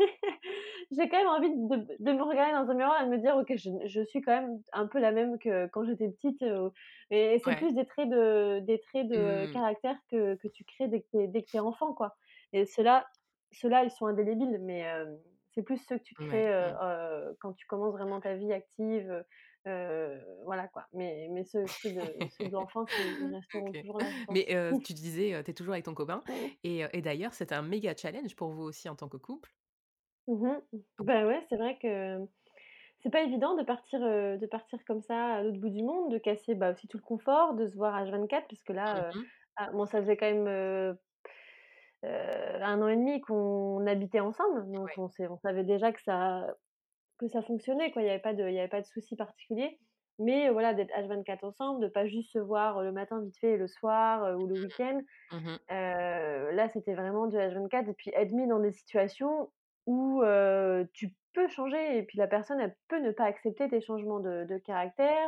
J'ai quand même envie de de me regarder dans un miroir et de me dire: «OK, je je suis quand même un peu la même que quand j'étais petite», heu et c'est Ouais. plus des traits de des traits de Mmh, caractère que que tu crées dès que tu es dès que tu es enfant, quoi et ceux-là ceux-là, ils sont indélébiles, mais hem, c'est plus ceux que tu ouais, crées, heu mmh. heu, quand tu commences vraiment ta vie active, heu heu, voilà, quoi. Mais mais ceux ceux de ceux de l'enfance, ils ils resteront OK. toujours là, je pense. Mais heu, tu disais, heu, tu es toujours avec ton copain et heu et d'ailleurs, c'est un méga challenge pour vous aussi en tant que couple? Mmh mh. OK. Bah, ouais, c'est vrai que c'est pas évident de partir, heu, de partir comme ça à l'autre bout du monde, de casser, bah, aussi tout le confort, de se voir H vingt-quatre puisque là, heu, Mmh mh. ah bon, ça faisait quand même, heu heu, un an et demi qu'on habitait ensemble, donc Ouais. on sait on savait déjà que ça que ça fonctionnait, quoi. Il y avait pas de il y avait pas de souci particulier, mais heu, voilà, d'être H vingt-quatre ensemble, de pas juste se voir, le matin vite fait et le soir, heu, ou le week-end. Mmh mh. Heu, là, c'était vraiment du H vingt-quatre et puis être mis dans des situations où, heu, tu peux changer et puis la personne, elle peut ne pas accepter tes changements de de caractère,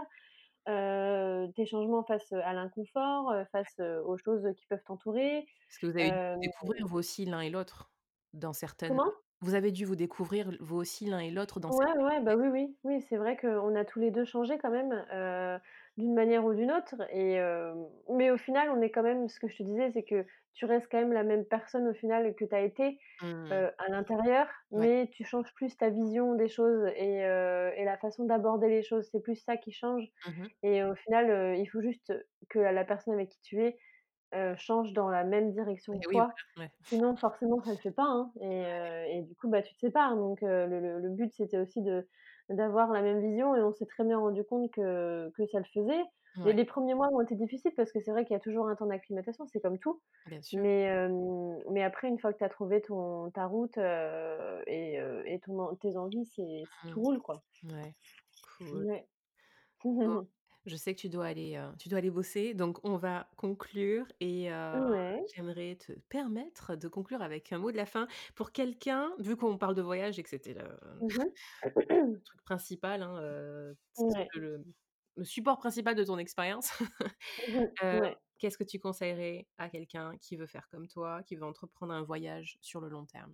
heu, tes changements face, à l'inconfort, heu, face, heu, aux choses qui peuvent t'entourer. Parce que vous avez dû Hem vous découvrir vous aussi l'un et l'autre dans certaines comment? vous avez dû vous découvrir vous aussi l'un et l'autre dans Ouais, certains ouais, bah, oui, contextes? oui. Oui, c'est vrai qu'on a tous les deux changé quand même, heu, d'une manière ou d'une autre et hem, mais au final, on est quand même ce que je te disais, c'est que tu restes quand même la même personne au final que tu as été, Mmh. heu, à l'intérieur, Ouais. mais tu changes plus ta vision des choses et heu et la façon d'aborder les choses. C'est plus ça qui change Mmh mh. et au final, heu, il faut juste que la personne avec qui tu es, heu, change dans la même direction Et que oui, toi. voilà, ouais. Sinon, forcément, ça le fait pas, hein et heu et du coup, bah, tu te sépares donc heu, le le le but, c'était aussi de d'avoir la même vision et on s'est très bien rendu compte que que ça le faisait. Les Ouais, les premiers mois ont été difficiles parce que c'est vrai qu'il y a toujours un temps d'acclimatation, c'est comme tout. bien sûr. Mais hem, mais après, une fois que tu as trouvé ton ta route, heu et heu et ton en tes envies, c'est c'est tout Mmh. roule, quoi. Ouais, cool. Ouais. Bon, je sais que tu dois aller, heu, tu dois aller bosser, donc on va conclure et heu, Ouais. j'aimerais te permettre de conclure avec un mot de la fin pour quelqu'un vu qu'on parle de voyage et que c'était le Mmh mh. truc principal, hein, heu, Ouais. le le support principal de ton expérience, Mmh mh. heu, Ouais. qu'est-ce que tu conseillerais à quelqu'un qui veut faire comme toi, qui veut entreprendre un voyage sur le long terme?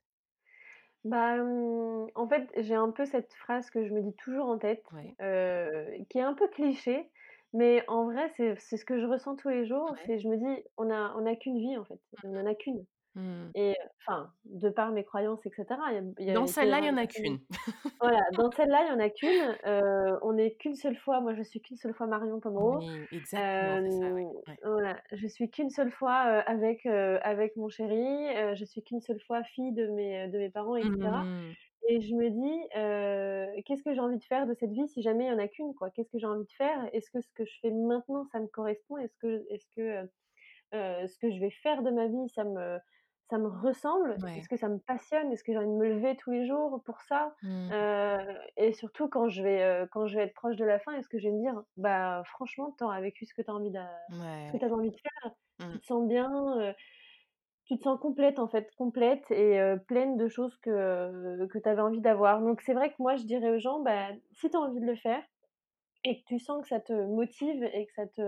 Bah, mmh, en fait, j'ai un peu cette phrase que je me dis toujours en tête, Ouais, heu, qui est un peu cliché, mais en vrai, c'est c'est ce que je ressens tous les jours. ouais. C'est je me dis: «On a on a qu'une vie, en fait, on en a qu'une» Mmh. et heu, enfin, de par mes croyances et cetera, il y a il y a Dans il peut y celle-là, il avoir y des en a personnes. qu'une. Voilà, dans celle-là, il y en a qu'une, heu, on est qu'une seule fois moi, je suis qu'une seule fois Marion Pommereau. Oui, exactement, c'est ça, Hem, ouais. Ouais. voilà, je suis qu'une seule fois, heu, avec, heu, avec mon chéri, heu, je suis qu'une seule fois fille de mes, de mes parents et cetera Mmh. et je me dis, heu: «Qu'est-ce que j'ai envie de faire de cette vie si jamais il y en a qu'une, quoi? Qu'est-ce que j'ai envie de faire? Est-ce que ce que je fais maintenant, ça me correspond? Est-ce que est-ce que, heu heu, ce que je vais faire de ma vie, ça me ça me ressemble? Ouais. Est-ce que ça me passionne? Est-ce que j'ai envie de me lever tous les jours pour ça?» Mmh. heu et surtout quand je vais, heu, quand je vais être proche de la fin, est-ce que je vais me dire: «Bah, franchement, tu auras vécu ce que tu as envie d'a ce que Ouais. tu avais envie de faire, tu Mmh. te sens bien, heu, tu te sens complète, en fait, complète et heu, pleine de choses que que tu avais envie d'avoir». Donc c'est vrai que moi, je dirais aux gens: «Bah, si tu as envie de le faire, et que tu sens que ça te motive et que ça te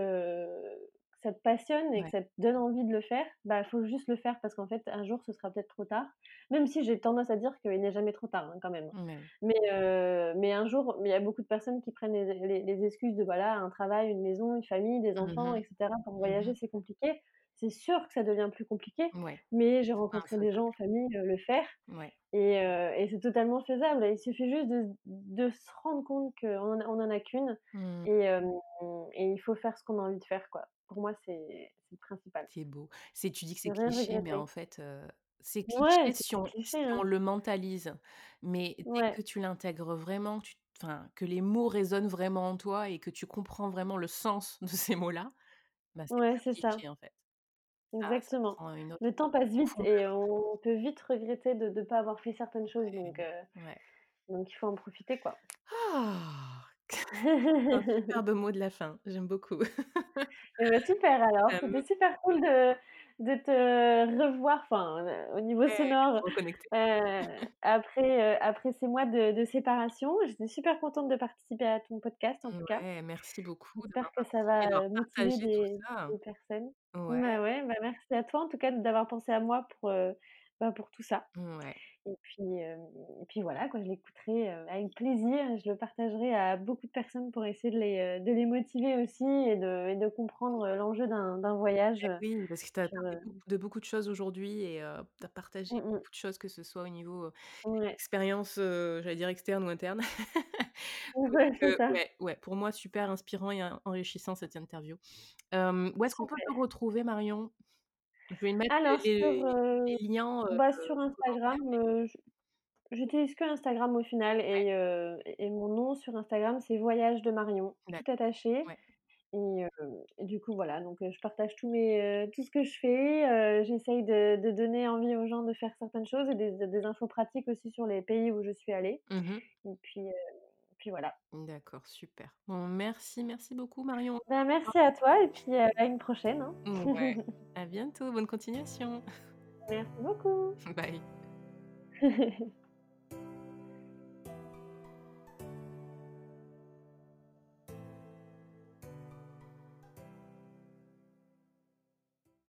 que ça te passionne et que Ouais. ça te donne envie de le faire, bah, faut juste le faire parce qu'en fait, un jour, ce sera peut-être trop tard. Même si j'ai tendance à dire qu'il n'est jamais trop tard, hein, quand même. Ouais. Mais heu, mais un jour mais il y a beaucoup de personnes qui prennent les les les excuses de, voilà, un travail, une maison, une famille, des Mmh enfants mh. et cetera. Pour Mmh. voyager, c'est compliqué. C'est sûr que ça devient plus compliqué, Ouais, mais j'ai c'est pas rencontré des gens en infaisable. famille, heu, le faire Ouais. et heu et c'est totalement faisable. Il suffit juste de de se rendre compte qu'on en a on en a qu'une Mmh. et hem et il faut faire ce qu'on a envie de faire, quoi. Pour moi, c'est c'est le principal. C'est beau. C'est tu dis que c'est Ne rien cliché, mais en regretter. fait, heu, c'est Ouais, cliché c'est si très on si cliché, on hein. le mentalise, mais dès Ouais, que tu l'intègres vraiment, que tu enfin, que les mots résonnent vraiment en toi et que tu comprends vraiment le sens de ces mots-là, bah, c'est ouais, plus c'est ça, cliché, en fait. Ça ça exactement. prend une autre Le temps passe vite et profondeur. on peut vite regretter de ne pas avoir fait certaines choses donc heu, Ouais, ouais. donc il faut en profiter, quoi. Ah! C'est un superbe mot de la fin, j'aime beaucoup. Et bah, super alors, Hem, c'était super cool de de te revoir, enfin, heu, au niveau ouais, de sonore, se reconnecter. heu, après, heu, après ces mois de de séparation. J'étais super contente de participer à ton podcast en tout cas. Ouais, merci beaucoup J'espère d'avoir que ça participé et va, d'avoir heu, motiver partagé tout des ça. des personnes. Ouais, Bah, ouais, bah, merci à toi en tout cas d'avoir pensé à moi pour, heu, bah, pour tout ça. ouais. Et puis, hem, et puis voilà quoi, je l'écouterai, heu, avec plaisir. Je le partagerai à beaucoup de personnes pour essayer de les, heu, de les motiver aussi et de et de comprendre, heu, l'enjeu d'un d'un voyage, Et heu, oui, parce que tu as sur, parlé heu beaucoup de beaucoup de choses aujourd'hui et heu, tu as partagé mmh mh. beaucoup de choses, que ce soit au niveau, heu, Ouais, expérience, heu, j'allais dire externe ou interne. Donc ouais, c'est heu, ça. ouais, ouais, pour moi super inspirant et en enrichissant cette interview. Hem, où est-ce qu'on peut te Super. retrouver, Marion? Je vais mettre les Alors sur, les heu, les liens, heu, bah, sur Instagram, commentaires. heu, j j'utilise que Instagram au final Ouais, et heu et mon nom sur Instagram, c'est Voyage de Marion, tout d'accord, attaché. ouais. Et heu et du coup, voilà, donc heu, je partage tous mes, heu, tout ce que je fais, heu, j'essaye de de donner envie aux gens de faire certaines choses et des des infos pratiques aussi sur les pays où je suis allée Mmh mh. et puis, heu, puis voilà. D'accord, super. Bon, merci, merci beaucoup, Marion. Ben, merci à toi et puis, heu, à une prochaine, hein. Ouais, à bientôt, bonne continuation. Merci beaucoup. Bye.